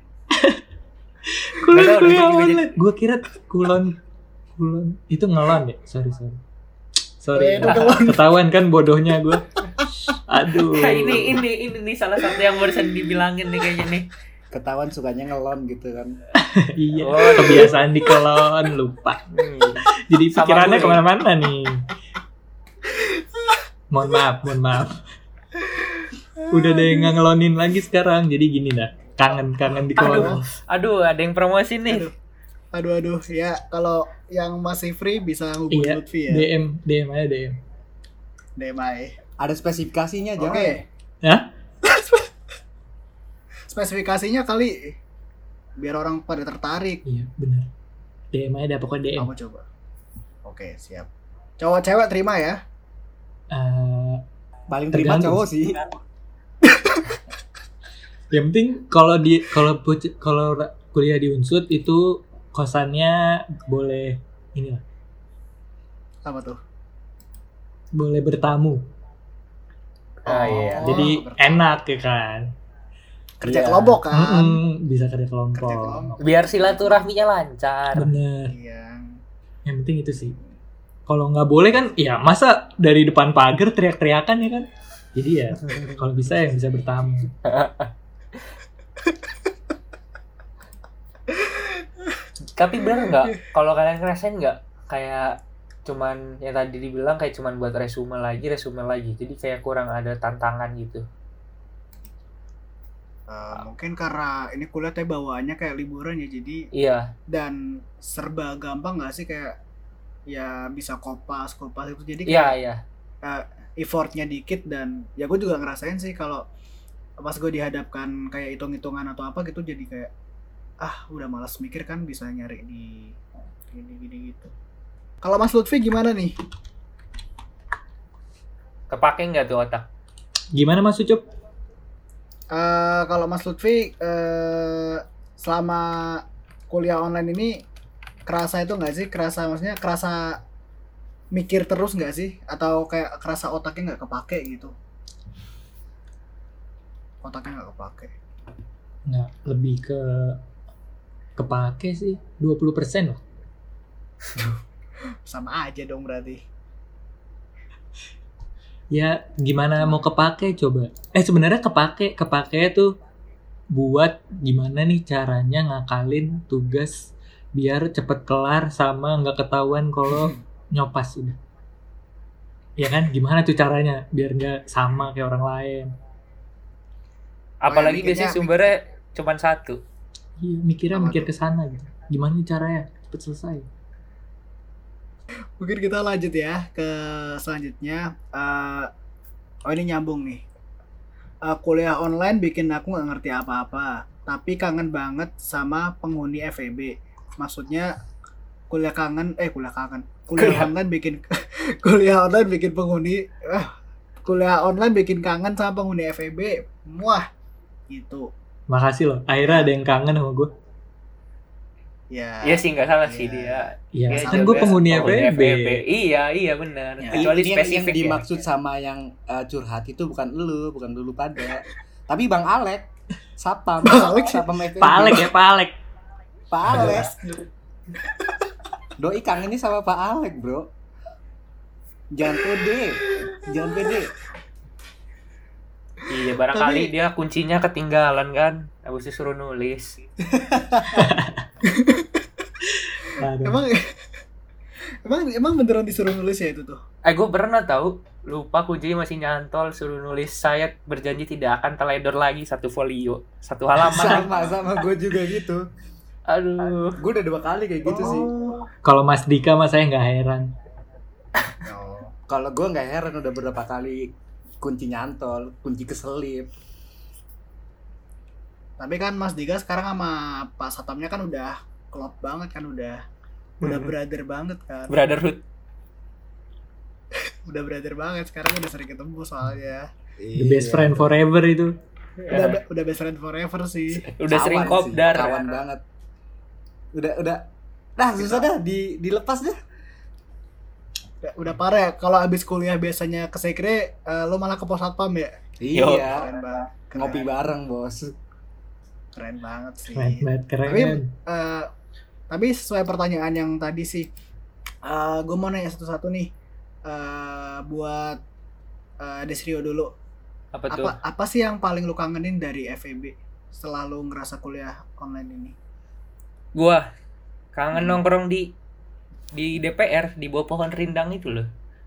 Speaker 4: kulon
Speaker 3: Nggak tahu,
Speaker 4: kuliah
Speaker 3: gua juga
Speaker 4: online. Gue kira kulon kulon itu ngelon ya. Sorry sorry. Sorry.
Speaker 1: Oh, itu kelon.
Speaker 4: Ketahuan kan bodohnya gue. Aduh.
Speaker 3: Nah, ini ini ini nih salah satu yang barusan dibilangin nih kayaknya nih.
Speaker 2: Ketahuan sukanya ngelon gitu kan.
Speaker 4: Iya.
Speaker 3: Oh.
Speaker 4: Kebiasaan di kelon lupa. Jadi
Speaker 3: Sama
Speaker 4: pikirannya
Speaker 3: gue.
Speaker 4: kemana-mana nih. Mohon maaf, mohon maaf. Udah ada yang nggak ngelonin lagi sekarang. Jadi gini dah. Kangen-kangen di kelon.
Speaker 3: Aduh, aduh ada yang promosi nih.
Speaker 1: Aduh. Aduh aduh ya, kalau yang masih free bisa hubungi
Speaker 4: Iya.
Speaker 1: Lutfi ya.
Speaker 4: D M, D M aja D M.
Speaker 1: D M aja.
Speaker 2: Ada spesifikasinya
Speaker 1: Oke.
Speaker 2: jangan.
Speaker 4: Ya?
Speaker 1: Spesifikasinya kali biar orang pada tertarik.
Speaker 4: Iya, benar. D M aja dah, pokoknya D M.
Speaker 1: Apa coba? Oke, siap. Cowok cewek terima ya.
Speaker 4: Eh,
Speaker 2: Paling terima
Speaker 4: Tergantung.
Speaker 2: cowok sih.
Speaker 4: yang penting kalau di kalau boc- kalau ra- kuliah di Unsud itu kosannya boleh ini lah,
Speaker 1: Apa tuh?
Speaker 4: boleh bertamu.
Speaker 3: Oh, iya.
Speaker 4: Jadi
Speaker 1: bertamu.
Speaker 4: enak ya kan.
Speaker 1: Kerja
Speaker 3: Iya.
Speaker 1: kelompok kan.
Speaker 4: Mm-mm, bisa kerja kelompok.
Speaker 1: Kerja kelompok.
Speaker 3: Biar silaturahminya lancar.
Speaker 4: Bener.
Speaker 1: Iya.
Speaker 4: Yang penting itu sih. Kalau nggak boleh kan, ya masa dari depan pagar teriak-teriakan ya kan. Jadi ya kalau bisa yang bisa bertamu.
Speaker 3: Tapi bener nggak? Kalau kalian ngerasain nggak kayak cuman yang tadi dibilang kayak cuman buat resume lagi, resume lagi. Jadi kayak kurang ada tantangan gitu.
Speaker 1: Eh, mungkin karena ini kuliah teh bawaannya kayak liburan ya, jadi
Speaker 3: Iya,
Speaker 1: dan serba gampang nggak sih, kayak ya bisa kopas kopas itu, jadi
Speaker 3: iya,
Speaker 1: kayak
Speaker 3: iya.
Speaker 1: eh, effortnya dikit. Dan ya gue juga ngerasain sih kalau pas gue dihadapkan kayak hitung-hitungan atau apa gitu jadi kayak ah udah malas mikir kan bisa nyari di gini-gini gitu. Kalau Mas Lutfi gimana nih?
Speaker 3: Kepake nggak tuh otak?
Speaker 4: Gimana Mas Ucup?
Speaker 1: Eh kalau Mas Lutfi eh selama kuliah online ini kerasa itu nggak sih? Kerasa maksudnya kerasa mikir terus nggak sih? Atau kayak kerasa otaknya nggak kepake gitu? Otaknya nggak kepake.
Speaker 4: Nggak, lebih ke kepake sih, dua puluh persen loh.
Speaker 1: Sama aja dong berarti.
Speaker 4: Ya gimana mau kepake coba? Eh sebenarnya kepake, kepake tuh buat gimana nih caranya ngakalin tugas biar cepet kelar sama nggak ketahuan kalau nyopas udah. Ya kan? Gimana tuh caranya biar nggak sama kayak orang lain?
Speaker 3: Apalagi
Speaker 1: mikirnya-
Speaker 3: biasanya sumbernya cuma satu.
Speaker 4: Iya mikirnya
Speaker 1: Apa
Speaker 4: mikir
Speaker 1: tuh?
Speaker 4: ke sana gitu. Gimana nih caranya cepet selesai?
Speaker 1: Mungkin kita lanjut ya ke selanjutnya. Eh, oh ini nyambung nih. Eh, kuliah online bikin aku nggak ngerti apa-apa, tapi kangen banget sama penghuni F E B. Maksudnya kuliah kangen, eh kuliah kangen, kuliah
Speaker 3: Kuliah.
Speaker 1: online bikin kuliah online bikin penghuni, eh, kuliah online bikin kangen sama penghuni F E B. Muah, gitu.
Speaker 4: Makasih loh. Akhirnya ada yang kangen sama gue.
Speaker 1: Ya.
Speaker 3: Iya sih nggak salah sih
Speaker 1: Iya.
Speaker 3: dia.
Speaker 4: Iya
Speaker 3: Dia
Speaker 4: kan
Speaker 3: juga
Speaker 4: gue penghuni F E B.
Speaker 3: Iya iya benar.
Speaker 1: Ya.
Speaker 3: Kecuali
Speaker 2: Ini yang, yang
Speaker 3: spesifik ya.
Speaker 2: dimaksud sama yang uh, curhat itu bukan lu, bukan dulu pada. Tapi Bang Alek, Sapam,
Speaker 1: Bang Alek.
Speaker 2: Sapam F E B.
Speaker 4: Pak Alek ya, Pak Alek.
Speaker 2: Pak Alek. Doi kangennya sama Pak Alek, Bro. Jangan pede. Jangan pede.
Speaker 3: Iya barangkali
Speaker 1: Tapi-
Speaker 3: dia kuncinya ketinggalan kan. Habis itu suruh nulis.
Speaker 4: Aduh.
Speaker 1: Emang emang emang beneran disuruh nulis ya itu tuh.
Speaker 3: Eh gue pernah tahu lupa kuncinya masih nyantol suruh nulis saya berjanji tidak akan teledor lagi satu folio satu halaman.
Speaker 2: Sama sama gue juga gitu.
Speaker 3: Aduh.
Speaker 2: Gue udah dua kali kayak gitu sih.
Speaker 1: Oh.
Speaker 4: Kalau Mas Dika mas saya nggak heran.
Speaker 1: Oh.
Speaker 2: Kalau gue nggak heran udah berapa kali kunci nyantol, kunci keselip.
Speaker 1: Tapi kan Mas Diga sekarang sama Pak Satamnya kan udah klop banget kan, udah udah brother banget kan.
Speaker 3: Brotherhood.
Speaker 1: Udah brother banget sekarang, udah sering ketemu soalnya.
Speaker 4: The best friend forever itu.
Speaker 1: Udah udah best friend forever sih.
Speaker 3: Udah
Speaker 2: Kawan
Speaker 3: sering
Speaker 2: sih,
Speaker 3: kopdar.
Speaker 2: kawan banget. Udah udah nah susah dah di dilepas dah.
Speaker 1: Udah, udah parah ya. Kalau abis kuliah biasanya ke sekre, eh, lo malah ke pos satpam ya.
Speaker 3: Yo.
Speaker 2: Iya.
Speaker 1: Keren banget. Keren,
Speaker 2: Ngopi bareng, Bos.
Speaker 1: Keren banget sih.
Speaker 4: Keren banget, keren.
Speaker 1: Tapi eh, tapi sesuai pertanyaan yang tadi sih, eh gue mau nanya satu-satu nih. Eh buat eh, Desrio dulu.
Speaker 3: Apa tuh?
Speaker 1: Apa apa sih yang paling lu kangenin dari F E B setelah lu ngerasa kuliah online ini?
Speaker 3: Gua kangen
Speaker 1: Hmm.
Speaker 3: nongkrong di di D P R di bawah pohon rindang itu loh.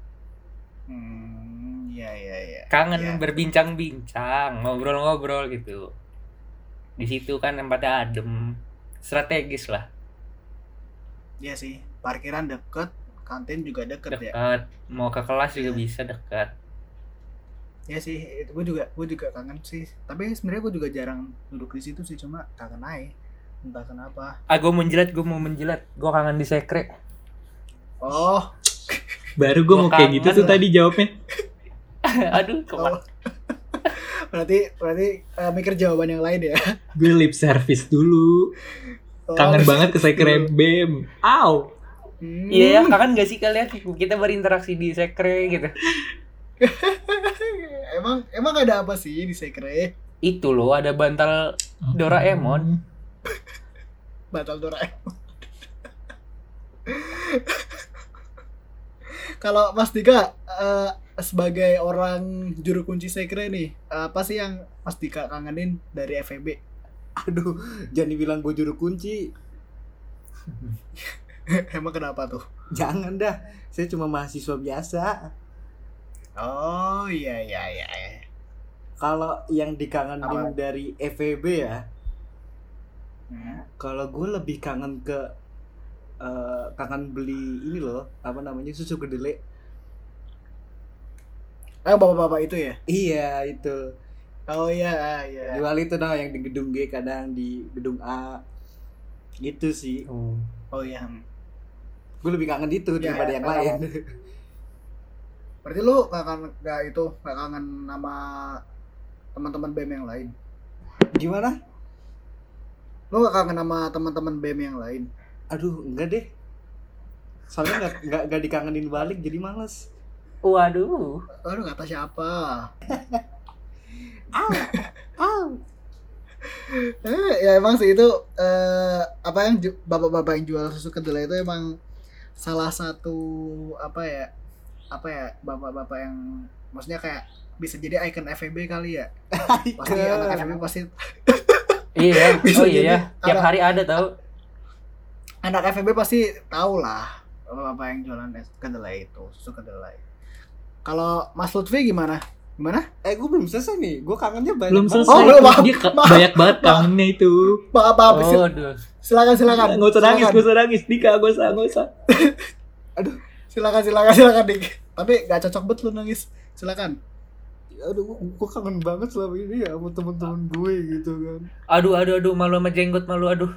Speaker 1: Hmm, ya ya ya.
Speaker 3: Kangen
Speaker 1: Ya.
Speaker 3: berbincang-bincang, ngobrol-ngobrol gitu. Di situ kan tempatnya adem, strategis lah,
Speaker 1: Iya sih, parkiran deket, kantin juga deket ya.
Speaker 3: dekat. Mau ke kelas juga bisa dekat.
Speaker 1: Ya sih, itu gue juga gue juga kangen sih. Tapi sebenarnya gue juga jarang duduk di situ sih, cuma kangen aja. Entah kenapa.
Speaker 3: Ah, gue menjilat, gue mau menjilat. Gue kangen di sekre.
Speaker 1: Oh,
Speaker 4: Baru gue
Speaker 3: Gua
Speaker 4: mau kayak gitu
Speaker 3: kangen
Speaker 4: tuh
Speaker 3: lah.
Speaker 4: tadi jawabnya.
Speaker 3: Aduh, kemana?
Speaker 1: oh. berarti berarti eh, mikir jawaban yang lain ya.
Speaker 4: Gue lip service dulu.
Speaker 1: Oh,
Speaker 4: Kangen
Speaker 1: di
Speaker 4: banget ke
Speaker 1: situ.
Speaker 4: sekre B E M. Au.
Speaker 1: Hmm.
Speaker 3: Iya ya, kangen gak sih kalian? Kita berinteraksi di sekre gitu.
Speaker 1: emang emang ada apa sih di sekre?
Speaker 3: Itu loh, ada bantal Doraemon.
Speaker 1: Batal Doraemon. Kalau Mas Dika eh, sebagai orang juru kunci sekre nih, apa sih yang Mas Dika kangenin dari F E B?
Speaker 2: Aduh, jangan dibilang gue juru kunci.
Speaker 1: Emang kenapa tuh?
Speaker 2: Jangan dah. Saya cuma mahasiswa biasa.
Speaker 1: Oh iya iya iya. iya.
Speaker 2: Kalau yang dikangenin
Speaker 1: Apa?
Speaker 2: dari F E B ya,
Speaker 1: Hmm.
Speaker 2: kalau gue lebih kangen ke eh, kangen beli ini loh, apa namanya, susu kedelai.
Speaker 1: Eh bapak-bapak itu ya?
Speaker 2: Iya itu.
Speaker 1: Oh iya, iya.
Speaker 2: Jual itu dong yang di gedung G, kadang di gedung A. Gitu sih.
Speaker 3: Oh.
Speaker 1: Oh iya.
Speaker 2: Gue lebih kangen itu
Speaker 1: Ya,
Speaker 2: daripada yang
Speaker 1: kalau-
Speaker 2: lain.
Speaker 1: Berarti lu gak kangen, gak itu, gak kangen sama teman-teman B E M yang lain?
Speaker 2: Gimana?
Speaker 1: Lu gak kangen sama teman-teman B E M yang lain?
Speaker 2: Aduh, enggak deh. Soalnya nggak nggak nggak dikangenin balik, jadi males.
Speaker 3: Waduh.
Speaker 1: Aduh, kata siapa? Eh, ya emang sih itu eh, apa yang ju- bapak-bapak yang jual susu kedelai itu emang salah satu apa ya apa ya bapak-bapak yang maksudnya kayak bisa jadi ikon F E B kali ya. Pasti anak F E B pasti
Speaker 3: Iya.
Speaker 1: Bisa
Speaker 3: Oh
Speaker 1: jadi
Speaker 3: iya. Tiap
Speaker 1: ada-
Speaker 3: hari ada tahu.
Speaker 1: anak F E B pasti tahu lah bapak yang jualan es- kedelai itu susu kedelai. Kalau Mas Lutfi gimana? Gimana?
Speaker 2: Eh, gue belum selesai nih. Gue kangennya banyak
Speaker 4: Belum
Speaker 2: banget.
Speaker 4: selesai.
Speaker 1: Oh, belum, maaf,
Speaker 4: Dia ke-
Speaker 1: maaf,
Speaker 4: banyak banget
Speaker 1: maaf.
Speaker 4: kangennya itu.
Speaker 1: Maaf, maaf, sil-
Speaker 3: Oh, aduh.
Speaker 1: silakan silakan.
Speaker 4: Nggak usah nangis,
Speaker 1: Silakan.
Speaker 4: nggak usah nangis. Dika, nggak usah, nggak usah.
Speaker 1: Silakan silakan silakan Dik. Tapi gak cocok bet lu nangis. Silakan.
Speaker 2: Aduh, gue kangen banget selama ini ya sama temen-temen gue gitu kan.
Speaker 3: Aduh, aduh, aduh, malu sama jenggot, malu, aduh.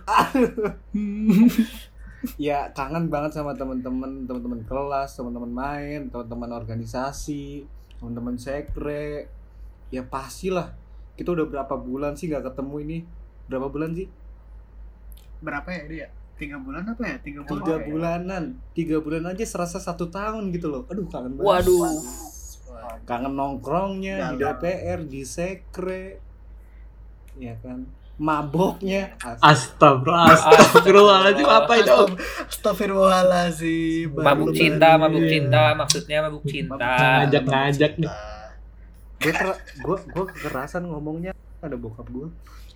Speaker 2: Ya kangen banget sama teman-teman, teman-teman kelas, teman-teman main, teman-teman organisasi, teman-teman sekre. Ya pastilah. Kita udah berapa bulan sih nggak ketemu ini? Berapa bulan sih?
Speaker 1: Berapa ya dia? Tiga bulan apa ya? Tiga bulan.
Speaker 2: Tiga
Speaker 1: apa ya?
Speaker 2: bulanan. Tiga bulan aja serasa satu tahun gitu loh. Aduh, kangen banget.
Speaker 3: Waduh.
Speaker 1: Wah.
Speaker 2: Kangen nongkrongnya di D
Speaker 1: Dalam.
Speaker 2: P R, di sekre, ya kan, maboknya. Asli.
Speaker 4: Astagfirullah, astagfirullahaladzim, apa itu?
Speaker 1: Astagfir- Astagfirullahaladzim.
Speaker 3: Mabuk
Speaker 1: Baru
Speaker 3: cinta,
Speaker 1: lebaran.
Speaker 3: mabuk cinta, maksudnya mabuk cinta.
Speaker 4: Ngajak-ngajak nih.
Speaker 2: Gue ter- gue gue kekerasan ngomongnya, ada bokap gue.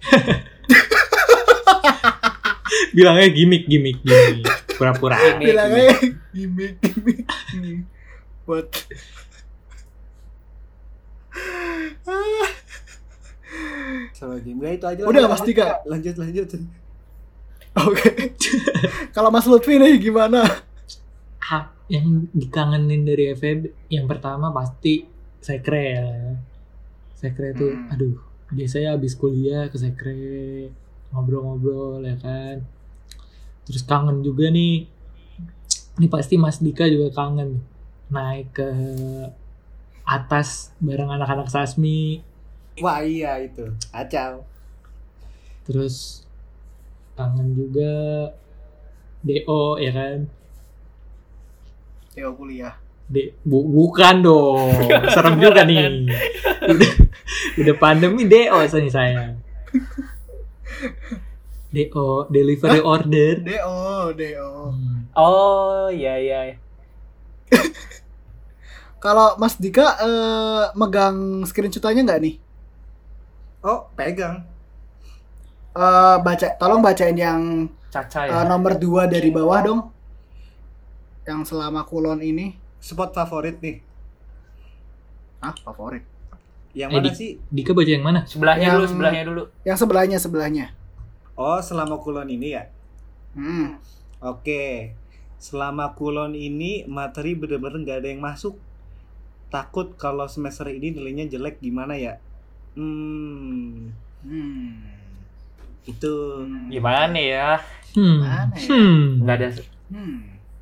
Speaker 4: Bilangnya gimmick, gimmick, gimmick. Pura-pura.
Speaker 3: Gimmick.
Speaker 1: Bilangnya gimmick, gimmick. Buat
Speaker 2: Sama game ya itu aja.
Speaker 1: Udah,
Speaker 2: lanjut,
Speaker 1: Mas Dika?
Speaker 2: Lanjut lanjut.
Speaker 1: Oke. Kalau Mas Lutfi nih gimana?
Speaker 4: Ah, yang dikangenin dari F E B yang pertama pasti sekre ya. Sekre itu,
Speaker 1: Hmm.
Speaker 4: aduh, biasanya habis kuliah ke sekre ngobrol-ngobrol ya kan. Terus kangen juga nih. Ini pasti Mas Dika juga kangen naik ke atas bareng anak-anak Sasmi.
Speaker 2: Wah iya itu, kacau.
Speaker 4: Terus kangen juga D O ya kan.
Speaker 1: Teo kuliah.
Speaker 4: D bu- bukan dong. Serem juga nih. Udah, udah pandemi D O nih saya. D O delivery order.
Speaker 1: D O, D O.
Speaker 4: Hmm.
Speaker 3: Oh, iya, iya.
Speaker 1: Kalau Mas Dika eh, megang screenshotannya nggak nih?
Speaker 2: Oh pegang.
Speaker 1: Eh, baca, tolong bacain yang
Speaker 3: Caca
Speaker 1: eh,
Speaker 3: ya.
Speaker 1: nomor dua dari bawah dong. Yang selama kulon ini.
Speaker 2: Spot favorit nih.
Speaker 1: Ah, favorit.
Speaker 2: Yang
Speaker 4: Eh,
Speaker 2: mana
Speaker 4: di-
Speaker 2: sih?
Speaker 4: Dika baca yang mana?
Speaker 3: Sebelahnya
Speaker 1: Yang-
Speaker 3: dulu, sebelahnya dulu.
Speaker 1: Yang sebelahnya, sebelahnya.
Speaker 2: Oh selama kulon ini ya.
Speaker 1: Hmm.
Speaker 2: Oke. Selama kulon ini materi bener-bener nggak ada yang masuk. Takut kalau semester ini nilainya jelek gimana ya? Hmm,
Speaker 1: Hmm.
Speaker 2: itu.
Speaker 3: Gimana ya?
Speaker 4: Hmm.
Speaker 1: Mana ya?
Speaker 4: Hmm.
Speaker 3: Enggak ada.
Speaker 1: Hmm.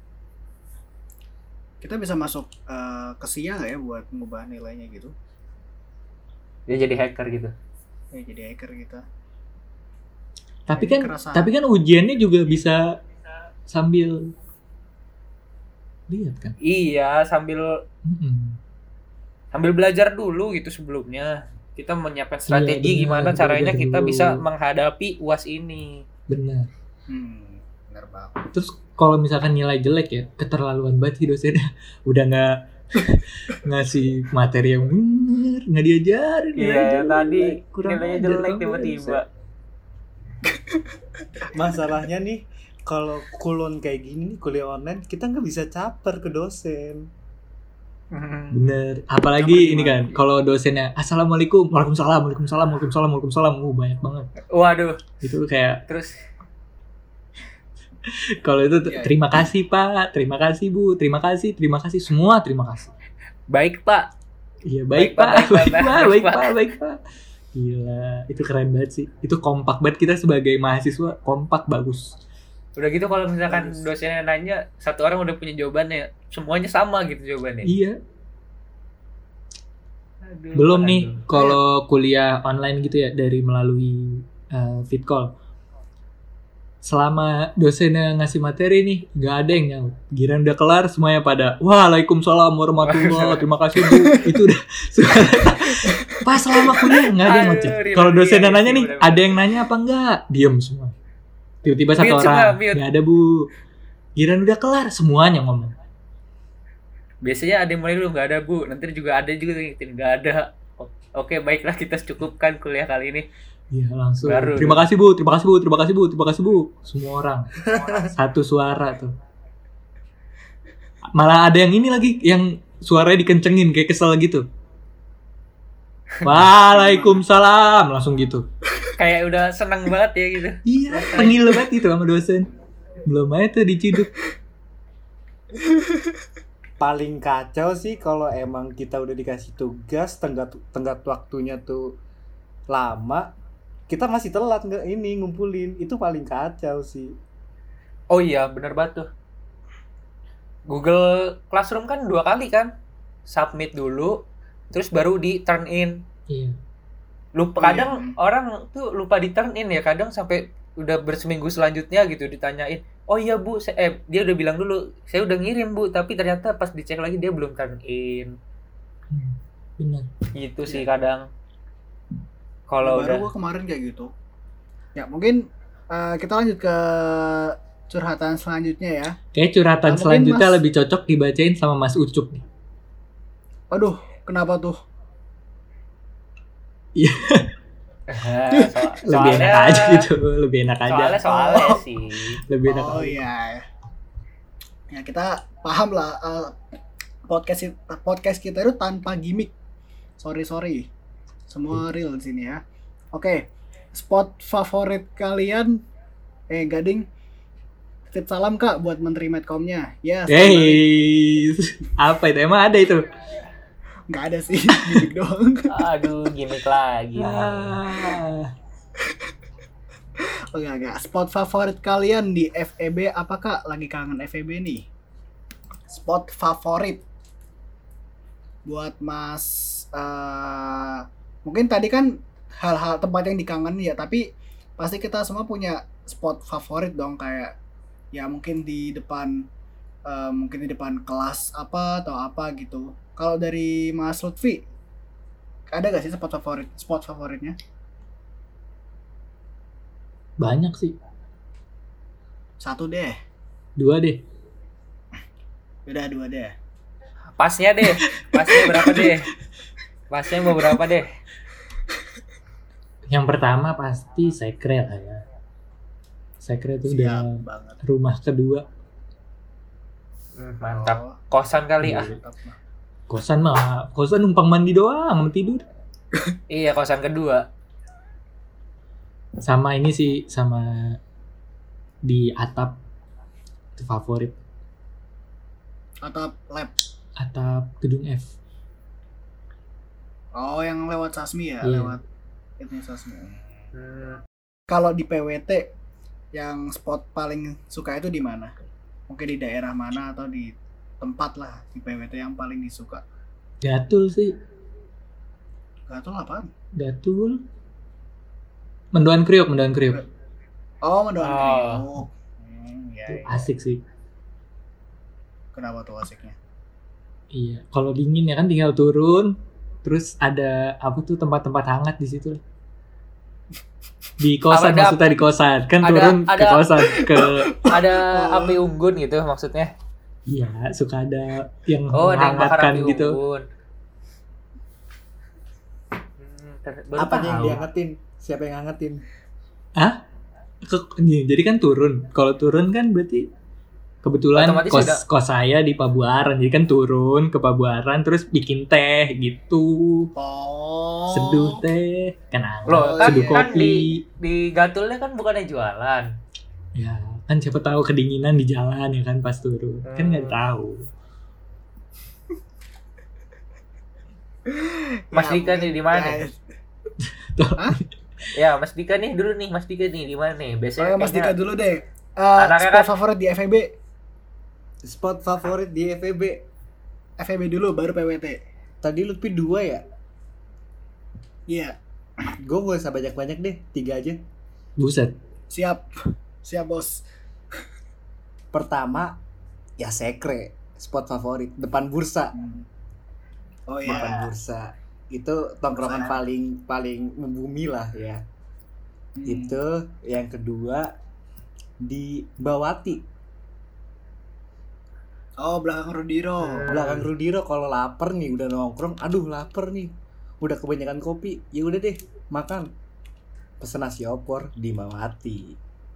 Speaker 1: Kita bisa masuk eh, ke S I A nggak ya buat mengubah nilainya gitu?
Speaker 3: Dia jadi hacker gitu.
Speaker 1: Ya jadi hacker kita.
Speaker 4: Tapi
Speaker 1: Jadi
Speaker 4: kan
Speaker 1: kerasa.
Speaker 4: tapi kan ujiannya juga bisa sambil lihat kan.
Speaker 3: Iya, sambil
Speaker 4: Hmm.
Speaker 3: sambil belajar dulu gitu sebelumnya. Kita menyiapkan strategi
Speaker 4: Iya,
Speaker 3: gimana
Speaker 4: benar,
Speaker 3: caranya
Speaker 4: belajar
Speaker 3: kita
Speaker 4: dulu.
Speaker 3: bisa menghadapi U A S ini.
Speaker 4: Benar.
Speaker 1: Hmm. Benar banget.
Speaker 4: Terus kalau misalkan nilai jelek ya, keterlaluan banget sih dosennya. Udah nggak ngasih materi yang bener, nggak diajarin. nggak
Speaker 3: Iya,
Speaker 4: diajarin.
Speaker 3: tadi
Speaker 4: Kurang
Speaker 3: nilainya
Speaker 4: ajar
Speaker 3: jelek
Speaker 4: kamu,
Speaker 3: tiba-tiba.
Speaker 2: Masalahnya nih kalau kulon kayak gini nih, kuliah online, kita nggak bisa caper ke dosen.
Speaker 4: Bener. Apalagi
Speaker 1: Caper
Speaker 4: ini kan,
Speaker 1: gimana?
Speaker 4: kalau dosennya assalamualaikum, waalaikumsalam, waalaikumsalam, waalaikumsalam, waalaikumsalam, uh banyak banget.
Speaker 3: Waduh,
Speaker 4: Itu kayak
Speaker 3: terus
Speaker 4: kalau itu
Speaker 1: Iya, iya.
Speaker 4: terima kasih Pak, terima kasih Bu, terima kasih, terima kasih semua, terima kasih.
Speaker 3: baik Pak.
Speaker 4: Iya
Speaker 3: Baik,
Speaker 4: baik,
Speaker 3: Pak,
Speaker 4: Pak,
Speaker 3: baik,
Speaker 4: baik
Speaker 3: Pak,
Speaker 4: Pak,
Speaker 3: baik,
Speaker 4: baik
Speaker 3: Pak.
Speaker 4: Pak, baik Pak. Gila, itu keren banget sih. Itu kompak banget, kita sebagai mahasiswa kompak bagus.
Speaker 3: Udah gitu kalau misalkan
Speaker 1: Bagus.
Speaker 3: dosennya nanya, satu orang udah punya jawabannya, semuanya sama gitu jawabannya.
Speaker 4: Iya.
Speaker 3: Aduh,
Speaker 4: Belum
Speaker 3: aduh.
Speaker 4: nih kalau kuliah online gitu ya dari melalui uh, fit call. Selama dosennya ngasih materi nih, nggak ada yang nyaut. Giliran udah kelar semuanya pada waalaikumsalam warahmatullahi terima kasih Bu. Itu udah suara. Pas selama kuliah nggak ada yang ngoceh.
Speaker 3: Aduh,
Speaker 4: Kalau dosennya
Speaker 3: iya,
Speaker 4: nanya
Speaker 3: iya,
Speaker 4: nih,
Speaker 3: bener-bener.
Speaker 4: ada yang nanya apa enggak? Diam semua. Tiba-tiba satu
Speaker 3: Mute semua,
Speaker 4: orang,
Speaker 3: mute.
Speaker 4: nggak ada Bu. Giliran udah kelar semuanya ngomong.
Speaker 3: Biasanya ada yang mulai dulu nggak ada Bu, nanti juga ada juga yang ngikutin nggak ada. O- Oke baiklah kita cukupkan kuliah kali ini.
Speaker 4: Iya langsung.
Speaker 3: Baru.
Speaker 4: Terima kasih Bu, terima kasih Bu, terima kasih Bu, terima kasih Bu. Semua orang satu suara tuh. Malah ada yang ini lagi, yang suaranya dikencengin kayak kesel gitu. Waalaikumsalam langsung gitu.
Speaker 3: Kayak udah seneng banget ya gitu.
Speaker 4: Iya, tengil banget itu sama dosen. Belum aja tuh diciduk.
Speaker 2: Paling kacau sih kalau emang kita udah dikasih tugas tenggat tenggat waktunya tuh lama, kita masih telat nggak ini ngumpulin, itu paling kacau sih.
Speaker 3: Oh iya bener banget tuh. Google Classroom kan dua kali kan, submit dulu, terus baru di turn in.
Speaker 4: Iya.
Speaker 3: Lupa
Speaker 1: Oh, iya.
Speaker 3: kadang orang tuh lupa di turn in ya, kadang sampai udah berseminggu selanjutnya gitu ditanyain. Oh iya Bu, saya, eh dia udah bilang dulu, saya udah ngirim Bu, tapi ternyata pas dicek lagi dia belum turn in.
Speaker 4: Hmm, benar.
Speaker 3: Gitu sih kadang. Kalau
Speaker 1: baru
Speaker 3: udah
Speaker 1: gue kemarin kayak gitu. Ya mungkin uh, kita lanjut ke curhatan selanjutnya ya.
Speaker 4: Kayak curhatan
Speaker 1: Nah, mungkin
Speaker 4: selanjutnya
Speaker 1: Mas-
Speaker 4: lebih cocok dibacain sama Mas Ucup nih.
Speaker 1: Aduh, kenapa tuh?
Speaker 3: Eh, so-
Speaker 4: Lebih
Speaker 3: soalnya-
Speaker 4: enak aja gitu, lebih enak aja.
Speaker 3: Soalnya soalnya
Speaker 1: Oh.
Speaker 3: sih.
Speaker 4: Lebih enak
Speaker 1: Oh
Speaker 4: aja.
Speaker 1: iya. Ya kita paham lah uh, podcast it- podcast kita itu tanpa gimmick. Sorry sorry. Semua real di sini ya. Oke. Spot favorit kalian eh Gading. Titip salam Kak buat Menteri Medcomnya. Ya, salam balik.
Speaker 4: Hey, apa itu? Emang ada itu?
Speaker 1: Nggak ada sih, gimmick doang.
Speaker 3: Aduh, gimmick lagi nih.
Speaker 4: Ah.
Speaker 1: Oh enggak, enggak. Spot favorit kalian di F E B apa Kak? Lagi kangen F E B nih. Spot favorit buat Mas eh, mungkin tadi kan hal-hal tempat yang dikangenin ya, tapi pasti kita semua punya spot favorit dong, kayak ya mungkin di depan eh, mungkin di depan kelas apa atau apa gitu. Kalau dari Mas Lutfi ada gak sih spot favorit spot favoritnya?
Speaker 4: Banyak sih.
Speaker 1: Satu deh.
Speaker 4: Dua deh.
Speaker 1: Udah dua deh.
Speaker 3: Pasnya deh. Pasnya berapa deh? Pasnya mau berapa deh?
Speaker 4: Yang pertama pasti Secret lah ya. Secret itu udah
Speaker 1: Siap banget.
Speaker 4: rumah kedua.
Speaker 3: Hmm, mantap.
Speaker 1: Oh,
Speaker 3: Kosan kali ah.
Speaker 1: mantap mah.
Speaker 4: Kosan mah, kosan numpang mandi doang, sama tidur.
Speaker 3: Iya, kosan kedua.
Speaker 4: Sama ini sih, sama di atap itu favorit.
Speaker 1: Atap lab.
Speaker 4: Atap gedung F.
Speaker 1: Oh, yang lewat Sasmi ya,
Speaker 4: Iya.
Speaker 1: lewat itu Sasmi.
Speaker 3: Hmm,
Speaker 1: Kalau di P W T yang spot paling suka itu di mana? Mungkin di daerah mana atau di tempat lah di P W T yang paling disuka.
Speaker 4: Gatul sih,
Speaker 1: Gak tau apaan.
Speaker 4: Gatul. Mendoan Kriuk, Mendoan Kriuk.
Speaker 1: Oh, Mendoan
Speaker 3: Oh.
Speaker 1: Kriuk. Hmm, ya,
Speaker 4: Itu
Speaker 1: ya.
Speaker 4: asik sih.
Speaker 1: Kenapa tuh asiknya?
Speaker 4: Iya, kalau dingin ya kan tinggal turun, terus ada apa tuh tempat-tempat hangat di situ. Di kosan
Speaker 3: Ada-
Speaker 4: maksudnya di kosan, kan
Speaker 3: ada-
Speaker 4: turun ke
Speaker 3: ada-
Speaker 4: kosan ke
Speaker 3: ada api unggun gitu maksudnya.
Speaker 4: iya suka ada yang
Speaker 3: Oh, ada yang bakar
Speaker 4: menghangatkan
Speaker 3: api
Speaker 4: gitu.
Speaker 3: unggun. Hmm, ter- baru
Speaker 2: Apa yang
Speaker 3: tahu.
Speaker 2: diangetin? Siapa yang ngangetin?
Speaker 4: Ah, ke, nih, jadi kan turun. Kalau turun kan berarti kebetulan
Speaker 3: Otomatis
Speaker 4: kos
Speaker 3: udah-
Speaker 4: kos saya di Pabuaran, jadi kan turun ke Pabuaran terus bikin teh gitu,
Speaker 1: Oh.
Speaker 4: seduh teh, kan hangat,
Speaker 3: Loh, kan,
Speaker 4: seduh
Speaker 3: kan
Speaker 4: kopi.
Speaker 3: di di Gatulnya kan bukannya jualan.
Speaker 4: Ya, kan siapa tahu kedinginan di jalan ya kan pas turun. Kan nggak
Speaker 3: Hmm.
Speaker 4: tahu.
Speaker 3: Mas
Speaker 1: Ya,
Speaker 3: Dika nih
Speaker 1: mungkin-
Speaker 3: di mana?
Speaker 1: ya, Hah?
Speaker 3: Ya, Mas Dika nih dulu nih, Mas Dika nih di mana nih? Biasanya
Speaker 1: Oh, Mas Dika
Speaker 3: kayaknya
Speaker 1: dulu deh. Uh,
Speaker 3: Anaknya
Speaker 1: spot
Speaker 3: kan-
Speaker 1: favorit di F E B.
Speaker 2: Spot favorit di F E B.
Speaker 1: F E B dulu baru P W T.
Speaker 2: Tadi Lutfi dua ya?
Speaker 1: Iya,
Speaker 2: Gue gak usah banyak-banyak deh, tiga aja.
Speaker 4: Buset.
Speaker 1: siap. Siap, Bos.
Speaker 2: Pertama, ya Sekre, spot favorit depan bursa.
Speaker 1: Oh
Speaker 2: Depan
Speaker 1: iya.
Speaker 2: bursa. Itu tongkrongan
Speaker 1: Bursa.
Speaker 2: paling paling membumi lah ya.
Speaker 1: Hmm.
Speaker 2: Itu yang kedua di Bawati,
Speaker 1: Oh, belakang Rudiro.
Speaker 2: belakang Rudiro. Kalau lapar nih udah nongkrong, aduh lapar nih, udah kebanyakan kopi, ya udah deh makan, pesen nasi opor di Bawati.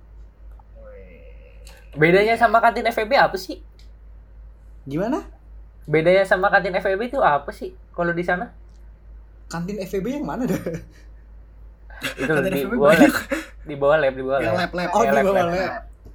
Speaker 3: bedanya sama kantin F E B apa sih?
Speaker 2: Gimana?
Speaker 3: Bedanya sama kantin F E B itu apa sih kalau di sana?
Speaker 2: Kantin F E B yang mana dah?
Speaker 3: Itu
Speaker 1: Kantin
Speaker 3: di
Speaker 1: F E B
Speaker 3: bawah lab,
Speaker 1: banyak.
Speaker 3: di bawah lab, di bawah
Speaker 1: Yang
Speaker 3: lab.
Speaker 1: lab-lab.
Speaker 2: Oh,
Speaker 3: Ya,
Speaker 2: di
Speaker 3: lab,
Speaker 2: bawah
Speaker 3: lab.
Speaker 2: lab.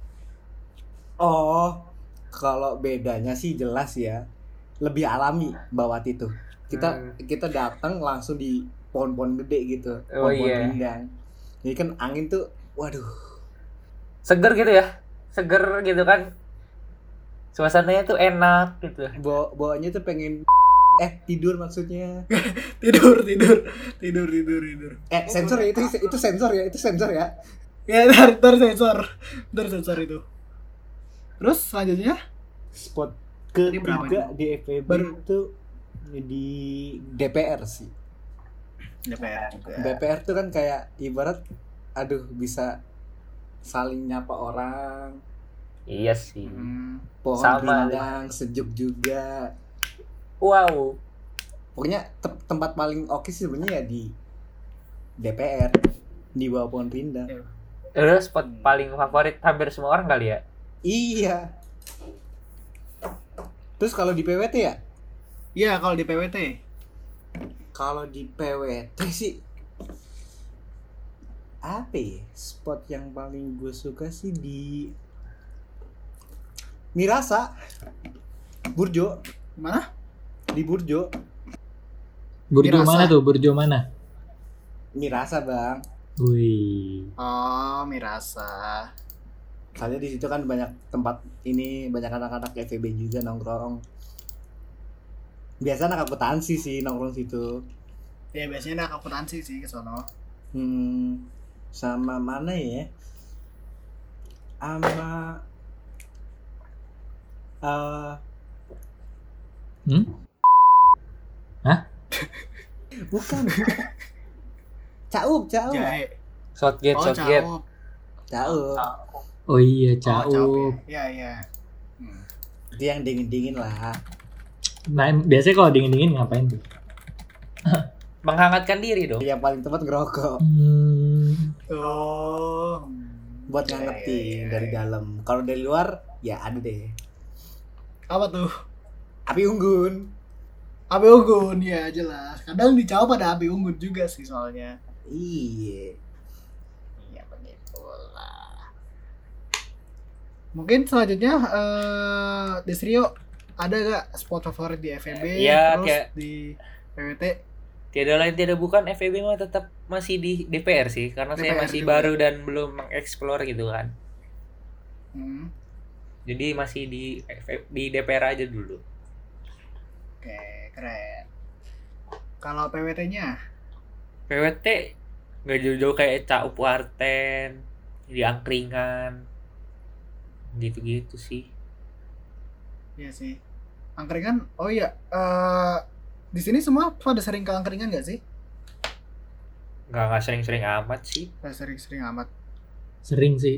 Speaker 2: Oh, kalau bedanya sih jelas ya, lebih alami Bawati tuh. Kita
Speaker 3: Hmm.
Speaker 2: kita datang langsung di pohon-pohon gede gitu,
Speaker 3: Oh,
Speaker 2: pohon-pohon
Speaker 3: iya.
Speaker 2: rindang. Jadi kan angin tuh, waduh,
Speaker 3: Seger gitu ya. Seger gitu kan. Suasananya tuh enak gitu.
Speaker 2: bawa bawanya tuh pengen eh tidur maksudnya.
Speaker 1: Tidur, tidur. Tidur, tidur, tidur.
Speaker 2: Eh sensor ya, itu itu sensor ya, itu sensor ya.
Speaker 1: Ya, ntar, ntar sensor. Ntar sensor itu. Terus selanjutnya?
Speaker 2: Spot
Speaker 1: Ini berapa
Speaker 2: ketiga
Speaker 1: itu?
Speaker 2: di F E B
Speaker 1: Baru-
Speaker 2: itu di D P R sih.
Speaker 1: D P R.
Speaker 2: D P R tuh kan kayak ibarat, aduh bisa saling nyapa orang,
Speaker 3: Iya sih.
Speaker 1: Hmm.
Speaker 2: pohon
Speaker 3: Sama.
Speaker 2: rindang, sejuk juga.
Speaker 3: Wow.
Speaker 2: Pokoknya te- tempat paling oke sih sebenarnya ya di D P R, di bawah pohon rindang.
Speaker 3: Itu spot paling favorit hampir semua orang kali ya.
Speaker 2: Iya. Terus kalau di P W T ya?
Speaker 1: Iya, kalau di P W T.
Speaker 2: Kalau di P W T sih apa ya? Spot yang paling gue suka sih di Mirasa, Burjo,
Speaker 1: Mana?
Speaker 2: di Burjo.
Speaker 4: Burjo
Speaker 1: Dirasa.
Speaker 4: mana tuh? Burjo mana?
Speaker 2: Mirasa bang.
Speaker 4: Wih.
Speaker 1: Oh, Mirasa.
Speaker 2: Soalnya di situ kan banyak tempat ini, banyak anak-anak F E B juga nongkrong. Biasa anak akuntansi sih nongkrong situ.
Speaker 1: Ya, biasanya anak akuntansi sih ke sono.
Speaker 2: Hmm, sama mana ya? Sama eh
Speaker 4: Hmm?
Speaker 2: bukan. Caup, caup.
Speaker 1: Jahe.
Speaker 3: Shotgate,
Speaker 1: Oh,
Speaker 3: shotgate.
Speaker 1: Caup.
Speaker 2: Caup.
Speaker 4: Oh iya,
Speaker 1: Oh, Caup
Speaker 4: Caup.
Speaker 1: ya. Iya, iya. Hmm.
Speaker 2: Itu yang dingin-dingin lah.
Speaker 4: Nah, biasanya kalau dingin-dingin ngapain tuh?
Speaker 3: Menghangatkan diri dong.
Speaker 2: Yang paling tepat ngerokok
Speaker 4: Hmm.
Speaker 1: Oh.
Speaker 2: buat
Speaker 1: Iya,
Speaker 2: ngangetin
Speaker 1: iya, iya,
Speaker 2: dari
Speaker 1: iya.
Speaker 2: dalam. Kalau dari luar ya ada deh.
Speaker 1: Apa tuh?
Speaker 2: Api unggun.
Speaker 1: Api unggun, ya jelas. Kadang di Caup ada api unggun juga sih soalnya.
Speaker 2: Iya.
Speaker 1: Iya, begitulah. Mungkin selanjutnya eh Desrio ada gak spot favorit di F E B?
Speaker 3: Iya,
Speaker 1: terus
Speaker 3: kayak-
Speaker 1: di P W T?
Speaker 3: Tiada lain tiada bukan F E B mah tetap masih di D P R sih karena saya
Speaker 1: D P R
Speaker 3: masih
Speaker 1: juga.
Speaker 3: baru dan belum mengeksplor gitu kan.
Speaker 1: Hmm.
Speaker 3: Jadi masih di F E B di D P R aja dulu.
Speaker 1: Oke, keren. Kalau P W T-nya?
Speaker 3: P W T nggak jauh-jauh kayak Caup Warten, di angkringan, gitu-gitu sih.
Speaker 1: Iya sih. Angkringan, oh iya, eh di sini semua pada sering ke angkringan gak sih?
Speaker 3: Nggak nggak sering-sering amat sih.
Speaker 1: Nggak sering-sering amat.
Speaker 4: Sering sih.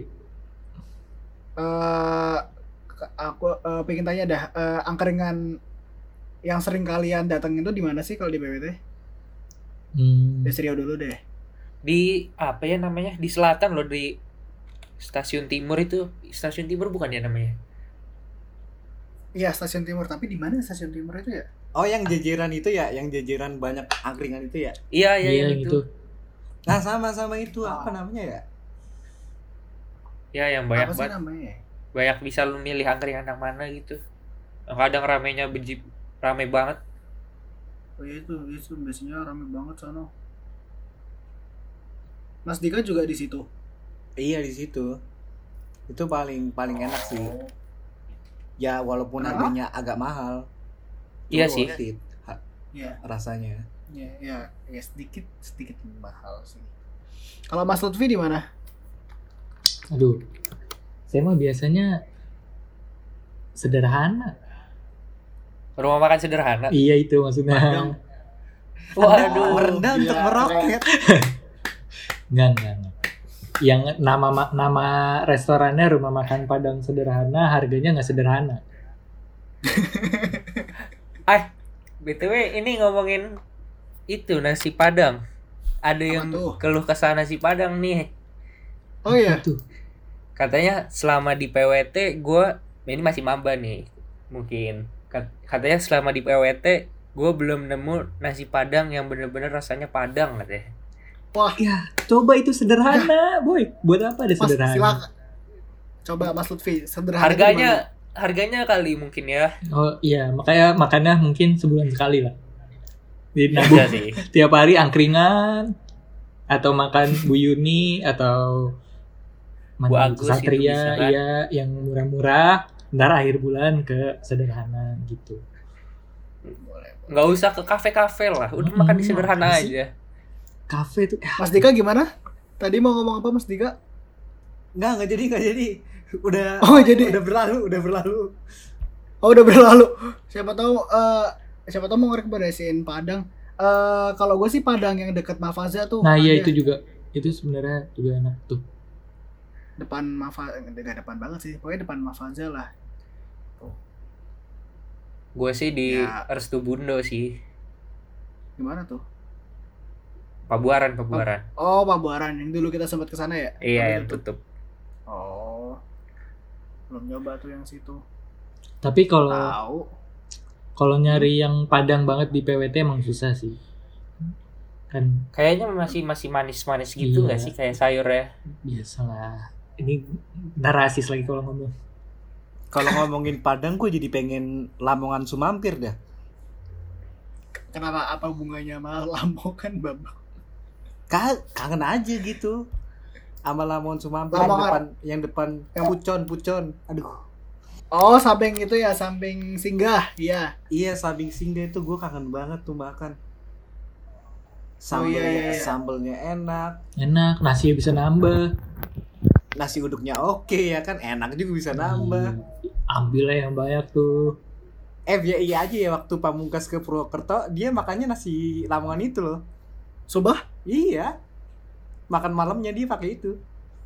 Speaker 1: Eh ke- aku eh, pengen tanya dah, eh, angkringan yang sering kalian datengin itu di mana sih kalau di P W T?
Speaker 4: Hmm.
Speaker 1: Desrio dulu deh.
Speaker 3: Di apa ya namanya? Di selatan loh, di Stasiun Timur itu. Stasiun Timur bukan ya namanya?
Speaker 1: Iya, stasiun timur, tapi di mana stasiun timur itu ya?
Speaker 2: Oh yang jajaran itu ya, yang jajaran banyak angkringan itu ya.
Speaker 3: Iya, iya,
Speaker 4: Iya,
Speaker 3: yang itu.
Speaker 4: gitu.
Speaker 2: Nah sama-sama itu apa namanya ya?
Speaker 3: Ya, yang banyak
Speaker 1: Apa sih
Speaker 3: banget.
Speaker 1: namanya?
Speaker 3: Banyak bisa lu milih angkringan yang mana gitu. Kadang ramenya bejib rame banget.
Speaker 1: Oh iya itu, itu biasanya rame banget sono. Mas Dika juga di situ.
Speaker 2: Iya di situ. Itu paling paling enak sih. Ya walaupun
Speaker 1: Kenapa?
Speaker 2: harganya agak mahal.
Speaker 3: Iya
Speaker 2: cuma
Speaker 3: sih.
Speaker 2: worth it, ha-
Speaker 1: Ya,
Speaker 2: rasanya.
Speaker 1: ya, ya, ya sedikit sedikit mahal sih. Kalau Mas Lutfi di mana?
Speaker 4: Aduh, saya mah biasanya sederhana.
Speaker 3: Rumah makan sederhana.
Speaker 4: Iya itu maksudnya.
Speaker 1: Padang.
Speaker 3: Waduh.
Speaker 2: Merendah untuk
Speaker 1: Iya,
Speaker 2: meroket.
Speaker 4: Enggak, enggak, enggak. Yang nama ma- nama restorannya Rumah Makan Padang Sederhana, harganya nggak sederhana.
Speaker 3: Ah, B T W ini ngomongin itu nasi Padang. Ada yang
Speaker 1: tuh?
Speaker 3: keluh kesah nasi Padang nih.
Speaker 1: Oh iya.
Speaker 4: Tuh.
Speaker 3: Katanya selama di P W T gue, ini masih maba nih mungkin. Kat- Katanya selama di P W T gue belum nemu nasi Padang yang bener-bener rasanya Padang katanya.
Speaker 1: Wah,
Speaker 4: Ya, coba itu sederhana, boy. Buat apa ada
Speaker 1: Mas
Speaker 4: sederhana?
Speaker 1: silakan. Coba Mas Lutfi, sederhana
Speaker 3: Harganya harganya kali mungkin ya.
Speaker 4: Oh iya, makanya makannya mungkin sebulan sekali lah. Jadi nabung
Speaker 3: Bisa sih.
Speaker 4: tiap hari angkringan atau makan Bu Yuni atau
Speaker 3: Bu
Speaker 4: makan
Speaker 3: Agus
Speaker 4: Satria,
Speaker 3: itu bisa kan?
Speaker 4: iya yang murah-murah. Ntar akhir bulan ke sederhana gitu.
Speaker 1: Boleh.
Speaker 3: Nggak usah ke kafe-kafe lah, udah makan di
Speaker 4: Hmm,
Speaker 3: sederhana
Speaker 4: apa sih?
Speaker 3: aja.
Speaker 4: Kafe tuh eh,
Speaker 1: Mas Dika gimana? Tadi mau ngomong apa Mas Dika?
Speaker 2: Enggak, enggak jadi, enggak jadi. Udah
Speaker 1: Oh, jadi.
Speaker 2: udah berlalu, udah berlalu.
Speaker 1: Oh udah berlalu. Siapa tahu eh siapa tahu mau rekomendasiin Padang. Eh kalau gue sih Padang yang dekat Mafaza tuh.
Speaker 4: nah iya
Speaker 1: ada.
Speaker 4: itu juga. Itu sebenarnya juga enak tuh.
Speaker 1: Depan Mafaza, enggak depan banget sih. Pokoknya depan Mafaza lah.
Speaker 3: Gue sih di
Speaker 1: Ya.
Speaker 3: Restu Bundo sih.
Speaker 1: Gimana tuh?
Speaker 3: Pabuaran, Pabuaran.
Speaker 1: Oh, Pabuaran yang dulu kita sempat ke sana ya?
Speaker 3: Iya,
Speaker 1: Tapi
Speaker 3: yang
Speaker 1: tutup.
Speaker 3: tutup.
Speaker 1: Oh. Belum nyoba tuh yang situ.
Speaker 4: Tapi kalau
Speaker 1: Tahu.
Speaker 4: kalau nyari yang Padang banget di P W T emang susah sih. Kan
Speaker 3: Kayaknya masih masih manis-manis gitu
Speaker 4: Iya.
Speaker 3: nggak sih kayak sayur ya?
Speaker 4: biasalah. Ini narasis lagi kalau ngomong.
Speaker 2: Kalau ngomongin Padang, gue jadi pengen Lamongan Sumampir dah.
Speaker 1: Kenapa apa hubungannya sama Lamongan, Babak?
Speaker 2: Ka- kangen aja gitu. Sama Lamongan Sumampir yang
Speaker 1: Lamongan.
Speaker 2: depan, yang depan
Speaker 1: Yang-
Speaker 2: pucon, pucon. Aduh.
Speaker 1: Oh, samping itu ya, samping singgah. Iya.
Speaker 2: Iya, samping singgah itu gue kangen banget tuh makan.
Speaker 1: Oh, iya,
Speaker 2: Sambelnya,
Speaker 1: iya, iya.
Speaker 2: sambelnya enak,
Speaker 4: Enak, nasi bisa nambah.
Speaker 2: nasi uduknya oke ya kan, enak juga bisa nambah.
Speaker 4: Iya. Ambil lah yang banyak tuh.
Speaker 2: Eh ya iya aja ya, waktu Pamungkas ke Purwokerto dia makannya nasi Lamongan itu loh.
Speaker 1: Subah?
Speaker 2: Iya. Makan malamnya dia pakai itu.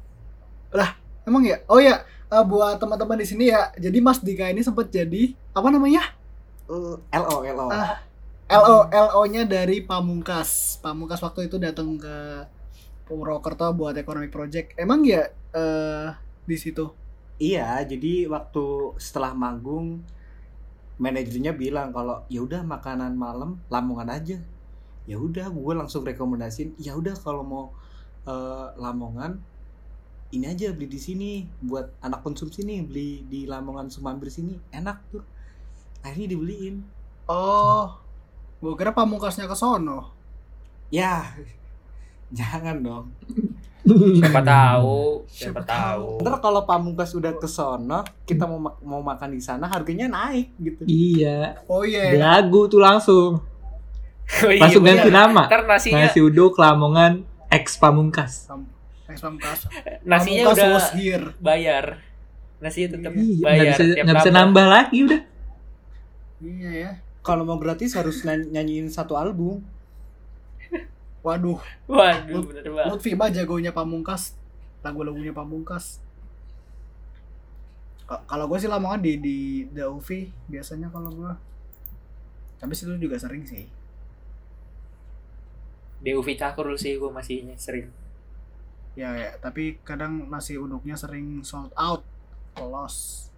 Speaker 1: Emang ya? Oh ya, eh, buat teman-teman di sini ya. Jadi Mas Dika ini sempat jadi apa namanya?
Speaker 2: Uh, L O L O.
Speaker 1: Ah. L O L O-nya dari Pamungkas. Pamungkas waktu itu datang ke Purwokerto buat economic project. Emang ya eh di situ.
Speaker 2: Iya, jadi waktu setelah manggung manajernya bilang kalau ya udah makanan malam Lamongan aja. Ya udah, gue langsung rekomendasiin. Ya udah kalau mau eh, Lamongan ini aja beli di sini buat anak konsumsi nih, beli di Lamongan Sumampir sini enak tuh. Akhirnya dibeliin.
Speaker 1: Oh. Gua kira Pamungkasnya ke sono.
Speaker 2: Ya, jangan dong.
Speaker 3: Siapa tahu,
Speaker 1: Siapa
Speaker 3: siapa tahu.
Speaker 2: Ntar kalau Pamungkas udah ke sono, kita mau mak- mau makan di sana harganya naik gitu.
Speaker 4: Iya.
Speaker 1: Oh iya.
Speaker 4: Lagu tuh langsung.
Speaker 3: Oh iya,
Speaker 4: Langsung ganti
Speaker 3: bener.
Speaker 4: nama.
Speaker 3: Ntar nasinya
Speaker 4: Nasi uduk Lamongan X Pamungkas.
Speaker 1: Next Pamungkas.
Speaker 3: nasinya
Speaker 1: Pamungkas
Speaker 3: udah
Speaker 1: was here.
Speaker 3: bayar. Nasinya tetap
Speaker 4: Iya, nggak
Speaker 3: bayar.
Speaker 4: bisa
Speaker 3: tiap
Speaker 4: nggak bisa
Speaker 3: nambah.
Speaker 4: nambah lagi udah.
Speaker 1: Iya ya.
Speaker 2: Kalau mau gratis harus ny- nyanyiin satu album.
Speaker 1: Waduh,
Speaker 3: Waduh, bener banget.
Speaker 1: Lutfi mah jagonya Pamungkas. Lagu-lagunya Pamungkas. Ka- Kalau gue sih Lamongan di di The Uvi biasanya kalau gue. Tapi situ juga sering sih.
Speaker 3: D U V Cakrul sih gue masih sering.
Speaker 1: Ya, ya, tapi kadang nasi uduknya sering sold out, loss.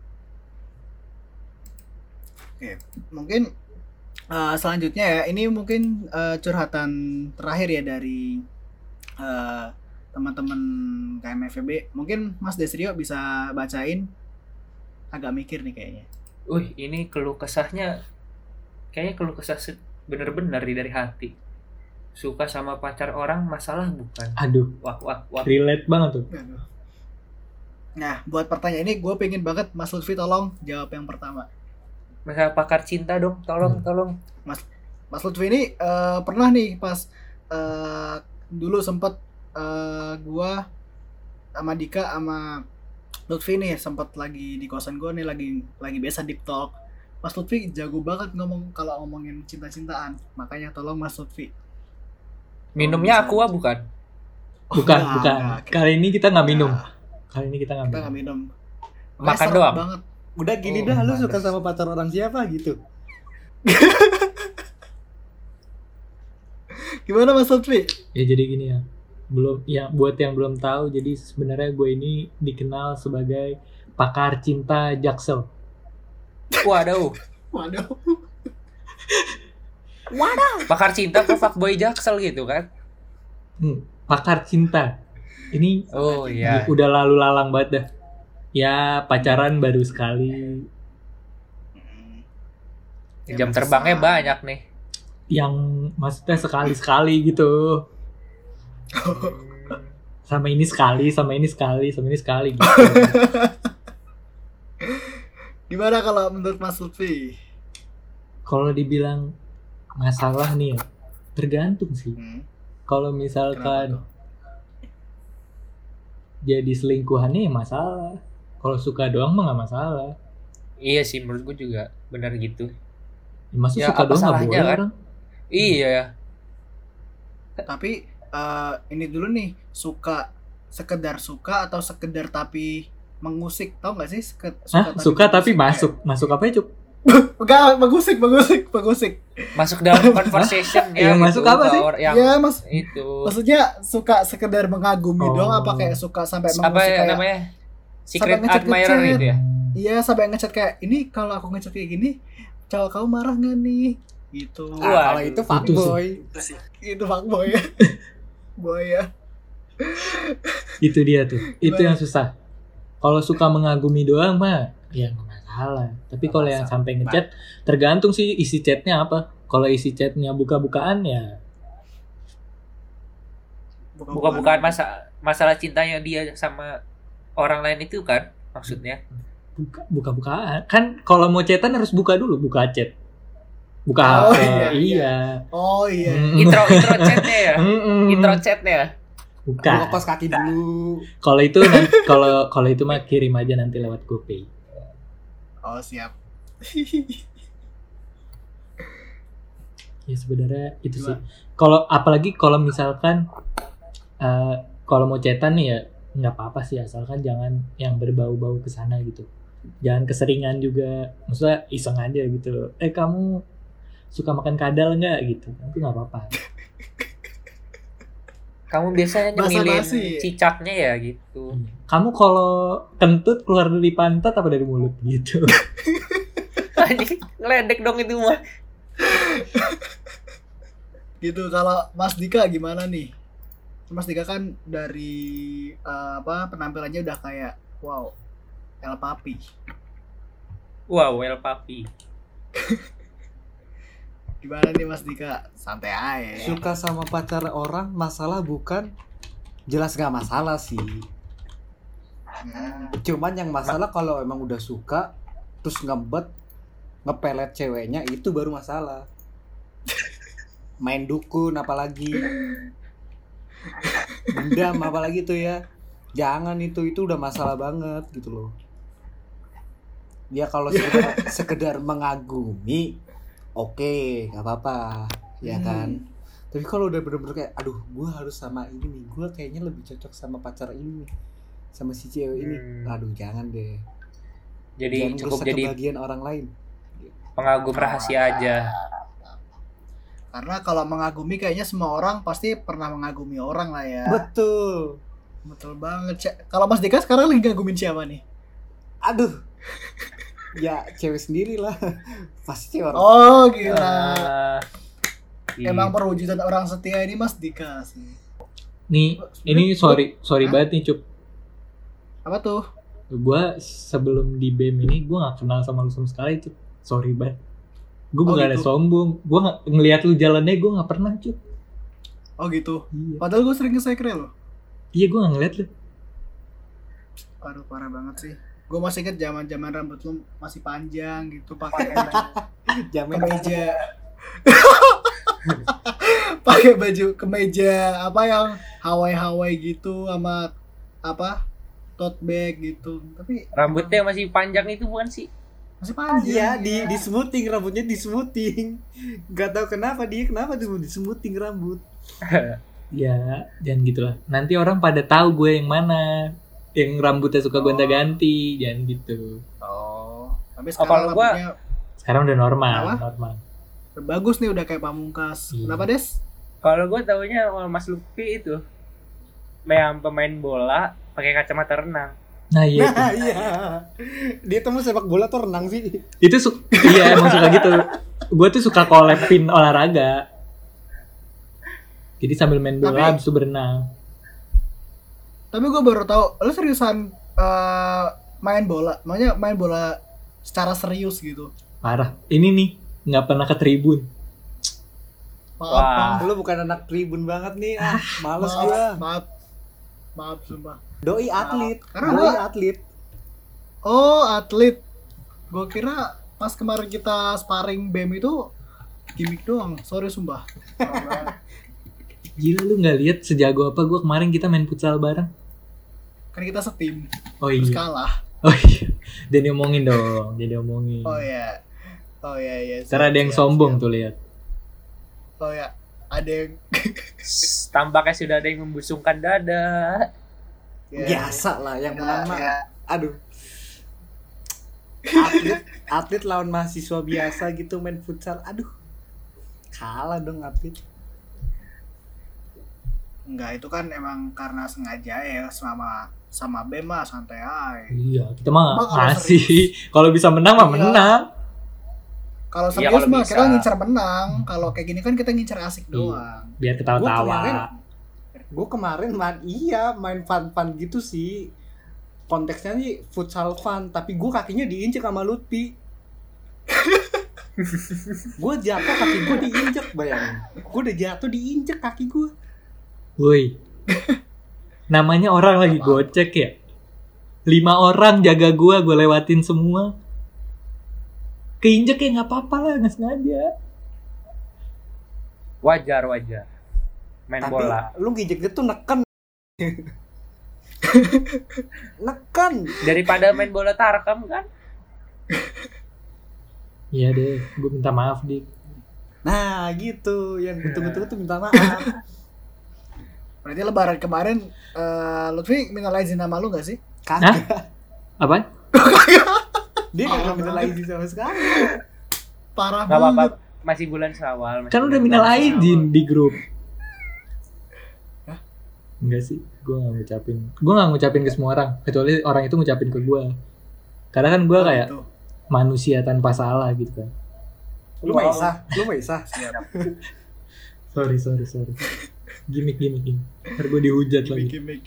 Speaker 1: Oke, mungkin eh, selanjutnya ya, ini mungkin eh, curhatan terakhir ya dari eh, teman-teman K M F B. Mungkin Mas Desrio bisa bacain, agak mikir nih kayaknya.
Speaker 3: Wih, ini keluh kesahnya kayaknya keluh kesah se- bener-bener nih dari hati. suka sama pacar orang masalah bukan?
Speaker 4: Aduh,
Speaker 3: Wah wah wah.
Speaker 4: relate banget tuh.
Speaker 1: Aduh. Nah, buat pertanyaan ini gue pengen banget Mas Lutfi tolong jawab yang pertama.
Speaker 3: Masalah pakar cinta dong, tolong
Speaker 4: Hmm.
Speaker 3: tolong.
Speaker 1: Mas Lutfi ini eh, pernah nih pas eh, dulu sempet eh, gue sama Dika sama Lutfi nih sempet lagi di kosan gue nih lagi lagi biasa deep talk. Mas Lutfi jago banget ngomong kalau ngomongin cinta-cintaan. Makanya tolong Mas Lutfi.
Speaker 3: Minumnya
Speaker 1: bisa.
Speaker 3: aqua bukan?
Speaker 4: Bukan,
Speaker 1: enggak,
Speaker 4: bukan.
Speaker 1: enggak.
Speaker 4: Kali ini kita nggak minum.
Speaker 1: Nah,
Speaker 4: Kali ini kita nggak
Speaker 1: kita
Speaker 4: minum.
Speaker 1: nggak minum.
Speaker 3: Makan
Speaker 1: Makanya seret
Speaker 3: doang?
Speaker 1: banget.
Speaker 2: Udah gini
Speaker 3: Oh,
Speaker 2: dah, lu
Speaker 3: panas.
Speaker 2: suka sama pacar orang siapa gitu?
Speaker 1: Gimana Mas Lutfi?
Speaker 4: Ya jadi gini ya. Belum ya buat yang belum tahu, jadi sebenarnya gue ini dikenal sebagai pakar cinta Jaksel.
Speaker 3: Waduh.
Speaker 1: Waduh.
Speaker 3: Pakar cinta ke fuckboy Jaksel gitu kan?
Speaker 4: Hmm, pakar cinta. Ini
Speaker 3: Oh iya.
Speaker 4: udah lalu lalang banget dah. Ya pacaran baru sekali.
Speaker 3: Jam terbangnya banyak nih.
Speaker 4: Yang maksudnya sekali-sekali gitu. Sama ini sekali, sama ini sekali, sama ini sekali gitu.
Speaker 1: Gimana kalau menurut Mas Lutfi?
Speaker 4: Kalau dibilang masalah nih ya, tergantung sih.
Speaker 1: Hmm,
Speaker 4: Kalau
Speaker 1: kenapa
Speaker 4: misalkan
Speaker 1: tuh?
Speaker 4: jadi selingkuhannya ya masalah. Kalau suka doang mah nggak masalah.
Speaker 3: Iya sih menurut gue juga benar gitu.
Speaker 4: Ya, masa
Speaker 3: Ya,
Speaker 4: suka
Speaker 3: apa
Speaker 4: doang nggak
Speaker 3: salahnya,
Speaker 4: boleh
Speaker 3: kan?
Speaker 4: orang?
Speaker 3: Iya.
Speaker 1: Tapi eh, ini dulu nih, suka sekedar suka atau sekedar tapi mengusik, tau nggak sih? Seke-
Speaker 4: Hah? Suka tapi
Speaker 1: mengusik,
Speaker 4: masuk. Masuk apa ya, Cuk?
Speaker 1: kayak- Enggak, mengusik, mengusik, mengusik.
Speaker 3: Masuk dalam conversation ya.
Speaker 4: Yang masuk apa
Speaker 3: ke
Speaker 4: sih?
Speaker 3: or- Yang
Speaker 1: Ya, Mas.
Speaker 3: itu.
Speaker 1: Maksudnya suka sekedar mengagumi
Speaker 4: Oh.
Speaker 1: doang apa kayak suka sampai
Speaker 3: Apa
Speaker 1: mengusik
Speaker 3: ya
Speaker 1: kayak
Speaker 3: namanya? Secret
Speaker 1: ngechat-ngechat.
Speaker 3: admirer gitu ya.
Speaker 1: iya sampai ngechat kayak ini kalau aku ngechat kayak gini cowok kamu marah nggak nih gitu.
Speaker 2: Ah,
Speaker 3: Waduh.
Speaker 2: kalau itu fuckboy.
Speaker 1: Itu fuckboy ya. Boy ya.
Speaker 4: Itu dia tuh. Itu
Speaker 1: Gimana?
Speaker 4: yang susah. Kalau suka mengagumi doang mah ya nggak masalah. Tapi
Speaker 2: Nggak
Speaker 4: kalau yang
Speaker 2: masalah.
Speaker 4: sampai ngechat, tergantung sih isi chatnya apa. Kalau isi chatnya buka-bukaan ya
Speaker 3: Buka-bukaan masa masalah cintanya dia sama orang lain itu kan maksudnya.
Speaker 4: buka, buka-bukaan. Kan kalau mau chatan harus buka dulu, buka chat. Buka
Speaker 1: Oh,
Speaker 4: H P.
Speaker 1: iya,
Speaker 4: Iya.
Speaker 1: Oh iya.
Speaker 4: Mm.
Speaker 3: Intro intro chatnya ya.
Speaker 4: Mm-mm.
Speaker 3: Intro chatnya.
Speaker 4: Bukan.
Speaker 2: Buka kos kaki dulu.
Speaker 4: Kalau itu nanti kalau kalau itu mah kirim aja nanti lewat GoPay.
Speaker 1: Oh siap.
Speaker 4: Ya sebenarnya itu sih.
Speaker 1: Gimana?
Speaker 4: Kalau apalagi kalau misalkan eh, kalau mau chatan nih ya nggak apa-apa sih asalkan jangan yang berbau-bau ke sana gitu. Jangan keseringan juga. Maksudnya iseng aja gitu. Eh kamu suka makan kadal nggak gitu? Itu nggak apa-apa.
Speaker 3: Kamu biasanya nyemilin
Speaker 1: Basa-basi.
Speaker 3: cicaknya ya gitu.
Speaker 4: Kamu kalau kentut keluar dari pantat apa dari mulut gitu?
Speaker 3: Anjing, ngeledek dong itu mah.
Speaker 1: Gitu kalau Mas Dika gimana nih? Mas Dika kan dari eh, apa penampilannya udah kayak wow, El Papi.
Speaker 3: Wow, well papi.
Speaker 1: Gimana nih Mas Dika? Santai aja.
Speaker 2: Suka sama pacar orang masalah bukan? Jelas gak masalah sih.
Speaker 1: Hmm.
Speaker 2: Cuman yang masalah kalau emang udah suka terus ngebet ngepelet ceweknya itu baru masalah. Main dukun apalagi. Dendam apalagi tuh ya. Jangan itu itu udah masalah banget gitu loh. Ya kalau sekedar, sekedar mengagumi oke, nggak apa-apa, ya kan. Tapi kalau udah bener-bener kayak, aduh, gue harus sama ini nih, gue kayaknya lebih cocok sama pacar ini, sama si cewek ini.
Speaker 3: Hmm.
Speaker 2: Aduh, jangan deh.
Speaker 3: Jadi
Speaker 2: Jangan
Speaker 3: cukup
Speaker 2: merusak
Speaker 3: jadi
Speaker 2: kebahagiaan orang lain.
Speaker 3: pengagum rahasia aja.
Speaker 1: Karena kalau mengagumi kayaknya semua orang pasti pernah mengagumi orang lah ya.
Speaker 2: Betul.
Speaker 1: Betul banget. Ce- Kalau Mas Dika sekarang lagi ngagumin siapa nih?
Speaker 2: Aduh. Ya cewek sendiri lah. Pasti orang.
Speaker 1: Oh gila.
Speaker 3: Ah,
Speaker 1: Emang
Speaker 3: iya.
Speaker 1: perwujudan orang setia ini Mas Dika sih.
Speaker 4: Nih, ini sorry, sorry
Speaker 1: Hah?
Speaker 4: banget nih Cup.
Speaker 1: Apa tuh?
Speaker 4: Gue sebelum di B E M ini gue gak kenal sama lu sama sekali Cup. Sorry banget. Gue
Speaker 1: Oh,
Speaker 4: bukan ada
Speaker 1: gitu.
Speaker 4: sombong. Gue gak ngelihat lu jalannya gue gak pernah Cup.
Speaker 1: Oh gitu.
Speaker 4: Iya.
Speaker 1: Padahal gue sering ke sekre loh.
Speaker 4: Iya gue nggak ngeliat lu.
Speaker 1: Aduh parah banget sih. Gue masih inget zaman-zaman rambut lu masih panjang gitu, pakai
Speaker 2: Jamin
Speaker 1: kemeja. Pakai baju kemeja apa yang Hawaii-Hawaii gitu sama apa? Tote bag gitu. Tapi
Speaker 3: Rambutnya masih panjang itu bukan sih?
Speaker 1: masih panjang.
Speaker 2: Iya, di di smoothing rambutnya di smoothing. Gak tahu kenapa dia kenapa tuh di smoothing rambut.
Speaker 4: Ya jangan gitulah. Nanti orang pada tahu gue yang mana. Yang rambutnya suka gonta-ganti, jangan gitu.
Speaker 1: Oh. Tapi
Speaker 3: Oh,
Speaker 1: sekarang
Speaker 3: kalau gua-
Speaker 1: rambutnya
Speaker 4: Sekarang udah normal,
Speaker 1: Apa?
Speaker 4: normal.
Speaker 1: bagus nih udah kayak Pamungkas.
Speaker 4: Iya.
Speaker 1: Kenapa Des?
Speaker 3: Kalau gue taunya sama Mas Lutfi itu yang pemain bola pakai kacamata renang.
Speaker 4: Nah iya. itu.
Speaker 2: Nah, iya. Dia tuh mau sepak bola tuh renang sih.
Speaker 4: Itu su- iya emang suka gitu. Gue tuh suka collab pin olahraga. Jadi sambil main bola
Speaker 1: Tapi-
Speaker 4: habis itu berenang.
Speaker 1: Tapi gue baru tahu, lo seriusan eh, main bola, makanya main bola secara serius gitu.
Speaker 4: Parah. Ini nih nggak pernah ke tribun.
Speaker 1: Maaf,
Speaker 3: Wah.
Speaker 1: maaf,
Speaker 2: Lu bukan anak tribun banget nih. Ah, males
Speaker 1: maaf,
Speaker 2: gua.
Speaker 1: maaf, maaf, sumpah.
Speaker 2: Doi atlet.
Speaker 1: Karena
Speaker 2: Doi
Speaker 1: gua-
Speaker 2: atlet.
Speaker 1: Oh, atlet. Gue kira pas kemarin kita sparring B E M itu gimmick doang. Sorry, sumpah.
Speaker 4: Gila lu nggak lihat sejago apa gue kemarin kita main futsal bareng.
Speaker 1: Kan kita setim,
Speaker 4: Oh
Speaker 1: terus
Speaker 4: iya.
Speaker 1: kalah.
Speaker 4: Oh iya. Dia diomongin dong. Dia diomongin.
Speaker 1: Oh iya, oh iya iya.
Speaker 4: Ntar ada yang
Speaker 1: Siap,
Speaker 4: sombong
Speaker 1: siap.
Speaker 4: tuh lihat.
Speaker 1: Oh ya, ada yang.
Speaker 3: Tampaknya sudah ada yang membusungkan dada.
Speaker 1: Ya,
Speaker 2: Biasa lah yang
Speaker 1: ya,
Speaker 2: menang mah.
Speaker 1: ya.
Speaker 2: Aduh. Atlet atlet lawan mahasiswa biasa gitu main futsal. Aduh. Kalah dong atlet.
Speaker 1: Enggak, itu kan emang karena sengaja ya sama sama B E M mah santai aja.
Speaker 4: Iya, kita mah
Speaker 1: Emang kalau
Speaker 4: masih kalau bisa menang mah
Speaker 1: Iya.
Speaker 4: menang.
Speaker 1: Kalau
Speaker 3: Iya,
Speaker 1: serius
Speaker 3: kalau
Speaker 1: mah
Speaker 3: bisa.
Speaker 1: kita ngincar menang. Kalau kayak gini kan kita ngincar asik
Speaker 4: Iya.
Speaker 1: doang.
Speaker 4: Biar
Speaker 2: Gua
Speaker 4: ketawa-tawa.
Speaker 2: kemarin Gue kemarin main iya main fun-fun gitu sih. Konteksnya nih futsal fun, tapi gue kakinya diinjek sama Lutfi. Gue jatuh kaki gue diinjek, bayangin. Gue udah jatuh diinjek kaki gue.
Speaker 4: Woi. Namanya orang lagi gocek ya. Lima orang jaga gua, gua lewatin semua. Keinjek ya nggak apa-apa lah, nggak sengaja.
Speaker 3: Wajar, wajar. Main
Speaker 2: Tapi
Speaker 3: bola.
Speaker 2: lu nginjek gitu neken. Neken.
Speaker 3: Daripada main bola tarkam kan?
Speaker 4: Iya deh, gua minta maaf dik.
Speaker 2: Nah gitu, yang betul-betul tuh minta maaf.
Speaker 1: Berarti lebaran kemarin eh Lutfi minta izin sama lu gak sih?
Speaker 2: Kagak.
Speaker 4: Apaan?
Speaker 2: Dia kagak minta izin sama sekali.
Speaker 1: Parah
Speaker 3: Gak apa-apa.
Speaker 1: banget.
Speaker 3: Masih bulan Syawal. masih
Speaker 4: Kan udah
Speaker 3: bulan
Speaker 4: minal
Speaker 3: Syawal.
Speaker 4: aidin di grup.
Speaker 1: Hah?
Speaker 4: Enggak sih, gua nggak ngucapin. Gua nggak ngucapin ke semua orang, kecuali orang itu ngucapin ke gua. Karena kan gua
Speaker 1: Oh,
Speaker 4: kayak
Speaker 1: gitu.
Speaker 4: manusia tanpa salah gitu kan.
Speaker 2: Lu
Speaker 3: Wow.
Speaker 2: Maisa, lu Maisa.
Speaker 4: Sorry, sorry, sorry. Gimik, gimik, gimik. Ntar gua dihujat lagi.
Speaker 1: Gimik-gimik.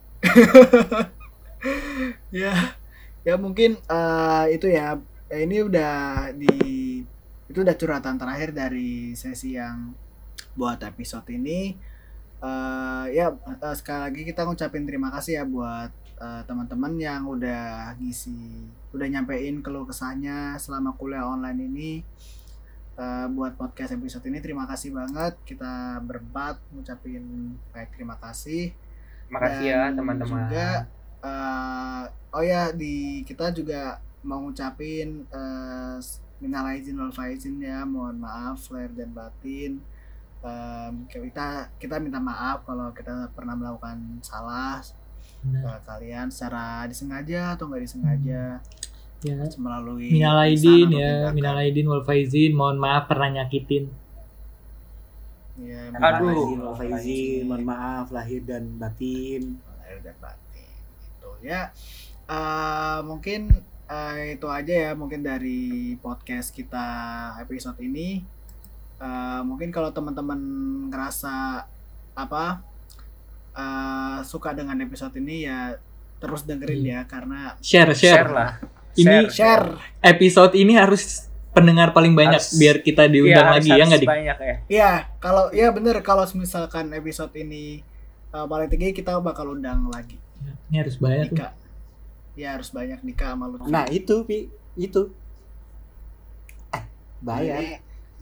Speaker 1: Ya, ya mungkin eh, itu ya. Eh, ini udah di itu udah curhatan terakhir dari sesi yang buat episode ini. Eh, ya eh, sekali lagi kita ngucapin terima kasih ya buat eh, teman-teman yang udah ngisi, udah nyampein keluh kesahnya selama kuliah online ini. Eh, buat podcast episode ini terima kasih banget, kita berempat ngucapin baik terima kasih.
Speaker 3: Makasih ya
Speaker 1: Dan
Speaker 3: teman-teman.
Speaker 1: juga eh, oh ya di kita juga mau ngucapin uh, minal aidin wal faizin ya, mohon maaf lahir dan batin. Um, kita kita minta maaf kalau kita pernah melakukan salah
Speaker 4: Nah,
Speaker 1: ke kalian secara disengaja atau nggak disengaja
Speaker 4: ya.
Speaker 1: melalui
Speaker 4: Minal
Speaker 1: lisan
Speaker 4: aidin
Speaker 1: atau
Speaker 4: ya,
Speaker 1: tindakan.
Speaker 4: minal aidin wal faizin. Mohon maaf pernah nyakitin.
Speaker 1: Ya,
Speaker 3: Aduh.
Speaker 2: Izin, wal faizin, mohon maaf lahir dan batin.
Speaker 1: lahir dan batin gitu ya. Eh, mungkin eh, itu aja ya mungkin dari podcast kita episode ini. Eh, mungkin kalau teman-teman ngerasa apa eh, suka dengan episode ini ya terus dengerin ya karena
Speaker 4: Share, share.
Speaker 3: Share lah.
Speaker 4: Ini
Speaker 3: Share.
Speaker 1: share
Speaker 4: episode ini harus pendengar paling banyak
Speaker 3: Harus-
Speaker 4: biar kita
Speaker 3: Iya,
Speaker 4: diundang
Speaker 3: harus-
Speaker 4: lagi ya
Speaker 3: harus
Speaker 4: nggak dik?
Speaker 3: banyak ya.
Speaker 1: Iya, kalau ya bener kalau misalkan episode ini uh, paling tinggi kita bakal undang lagi
Speaker 4: Ini harus banyak tuh.
Speaker 1: Dika. Ya harus banyak Dika sama Lutfi.
Speaker 2: Nah itu pi itu eh, bayar.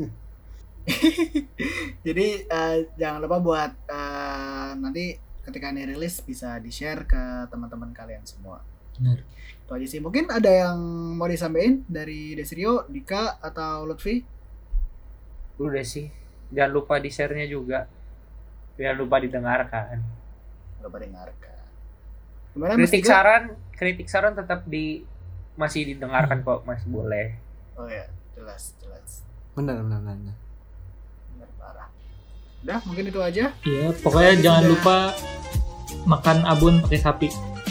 Speaker 1: Jadi uh, jangan lupa buat uh, nanti ketika ini rilis bisa di-share ke teman-teman kalian semua.
Speaker 4: Benar.
Speaker 1: Itu aja sih. Mungkin ada yang mau disampaikan dari Desrio, Dika atau Lutfi?
Speaker 3: Udah sih. Jangan lupa di-share-nya juga. Jangan lupa didengarkan.
Speaker 1: Lupa dengarkan. Gimana Mas
Speaker 3: Kritik
Speaker 1: Dika?
Speaker 3: saran, kritik saran tetap di masih didengarkan kok, masih boleh.
Speaker 1: Oh ya, jelas, jelas.
Speaker 2: Benar benar benar.
Speaker 1: Bener parah. Udah, mungkin itu aja.
Speaker 4: Iya, pokoknya
Speaker 1: Jadi
Speaker 4: jangan
Speaker 1: sudah-
Speaker 4: lupa makan abon pakai sapi.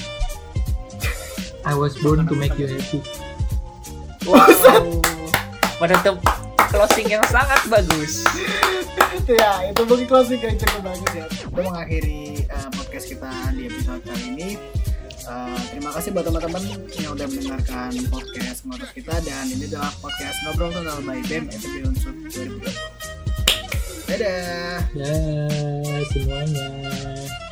Speaker 4: I was born to make you happy.
Speaker 3: Wow. Menutup closing yang sangat bagus.
Speaker 1: Ya, itu mungkin closing yang cukup bagus ya. Kita mengakhiri uh, podcast kita di episode kali ini. Uh, terima kasih buat teman-teman yang udah mendengarkan podcast ngobrol kita, dan ini adalah podcast ngobrol total by B E M episode dua ribu dua puluh. Dadah.
Speaker 4: Ya, semuanya.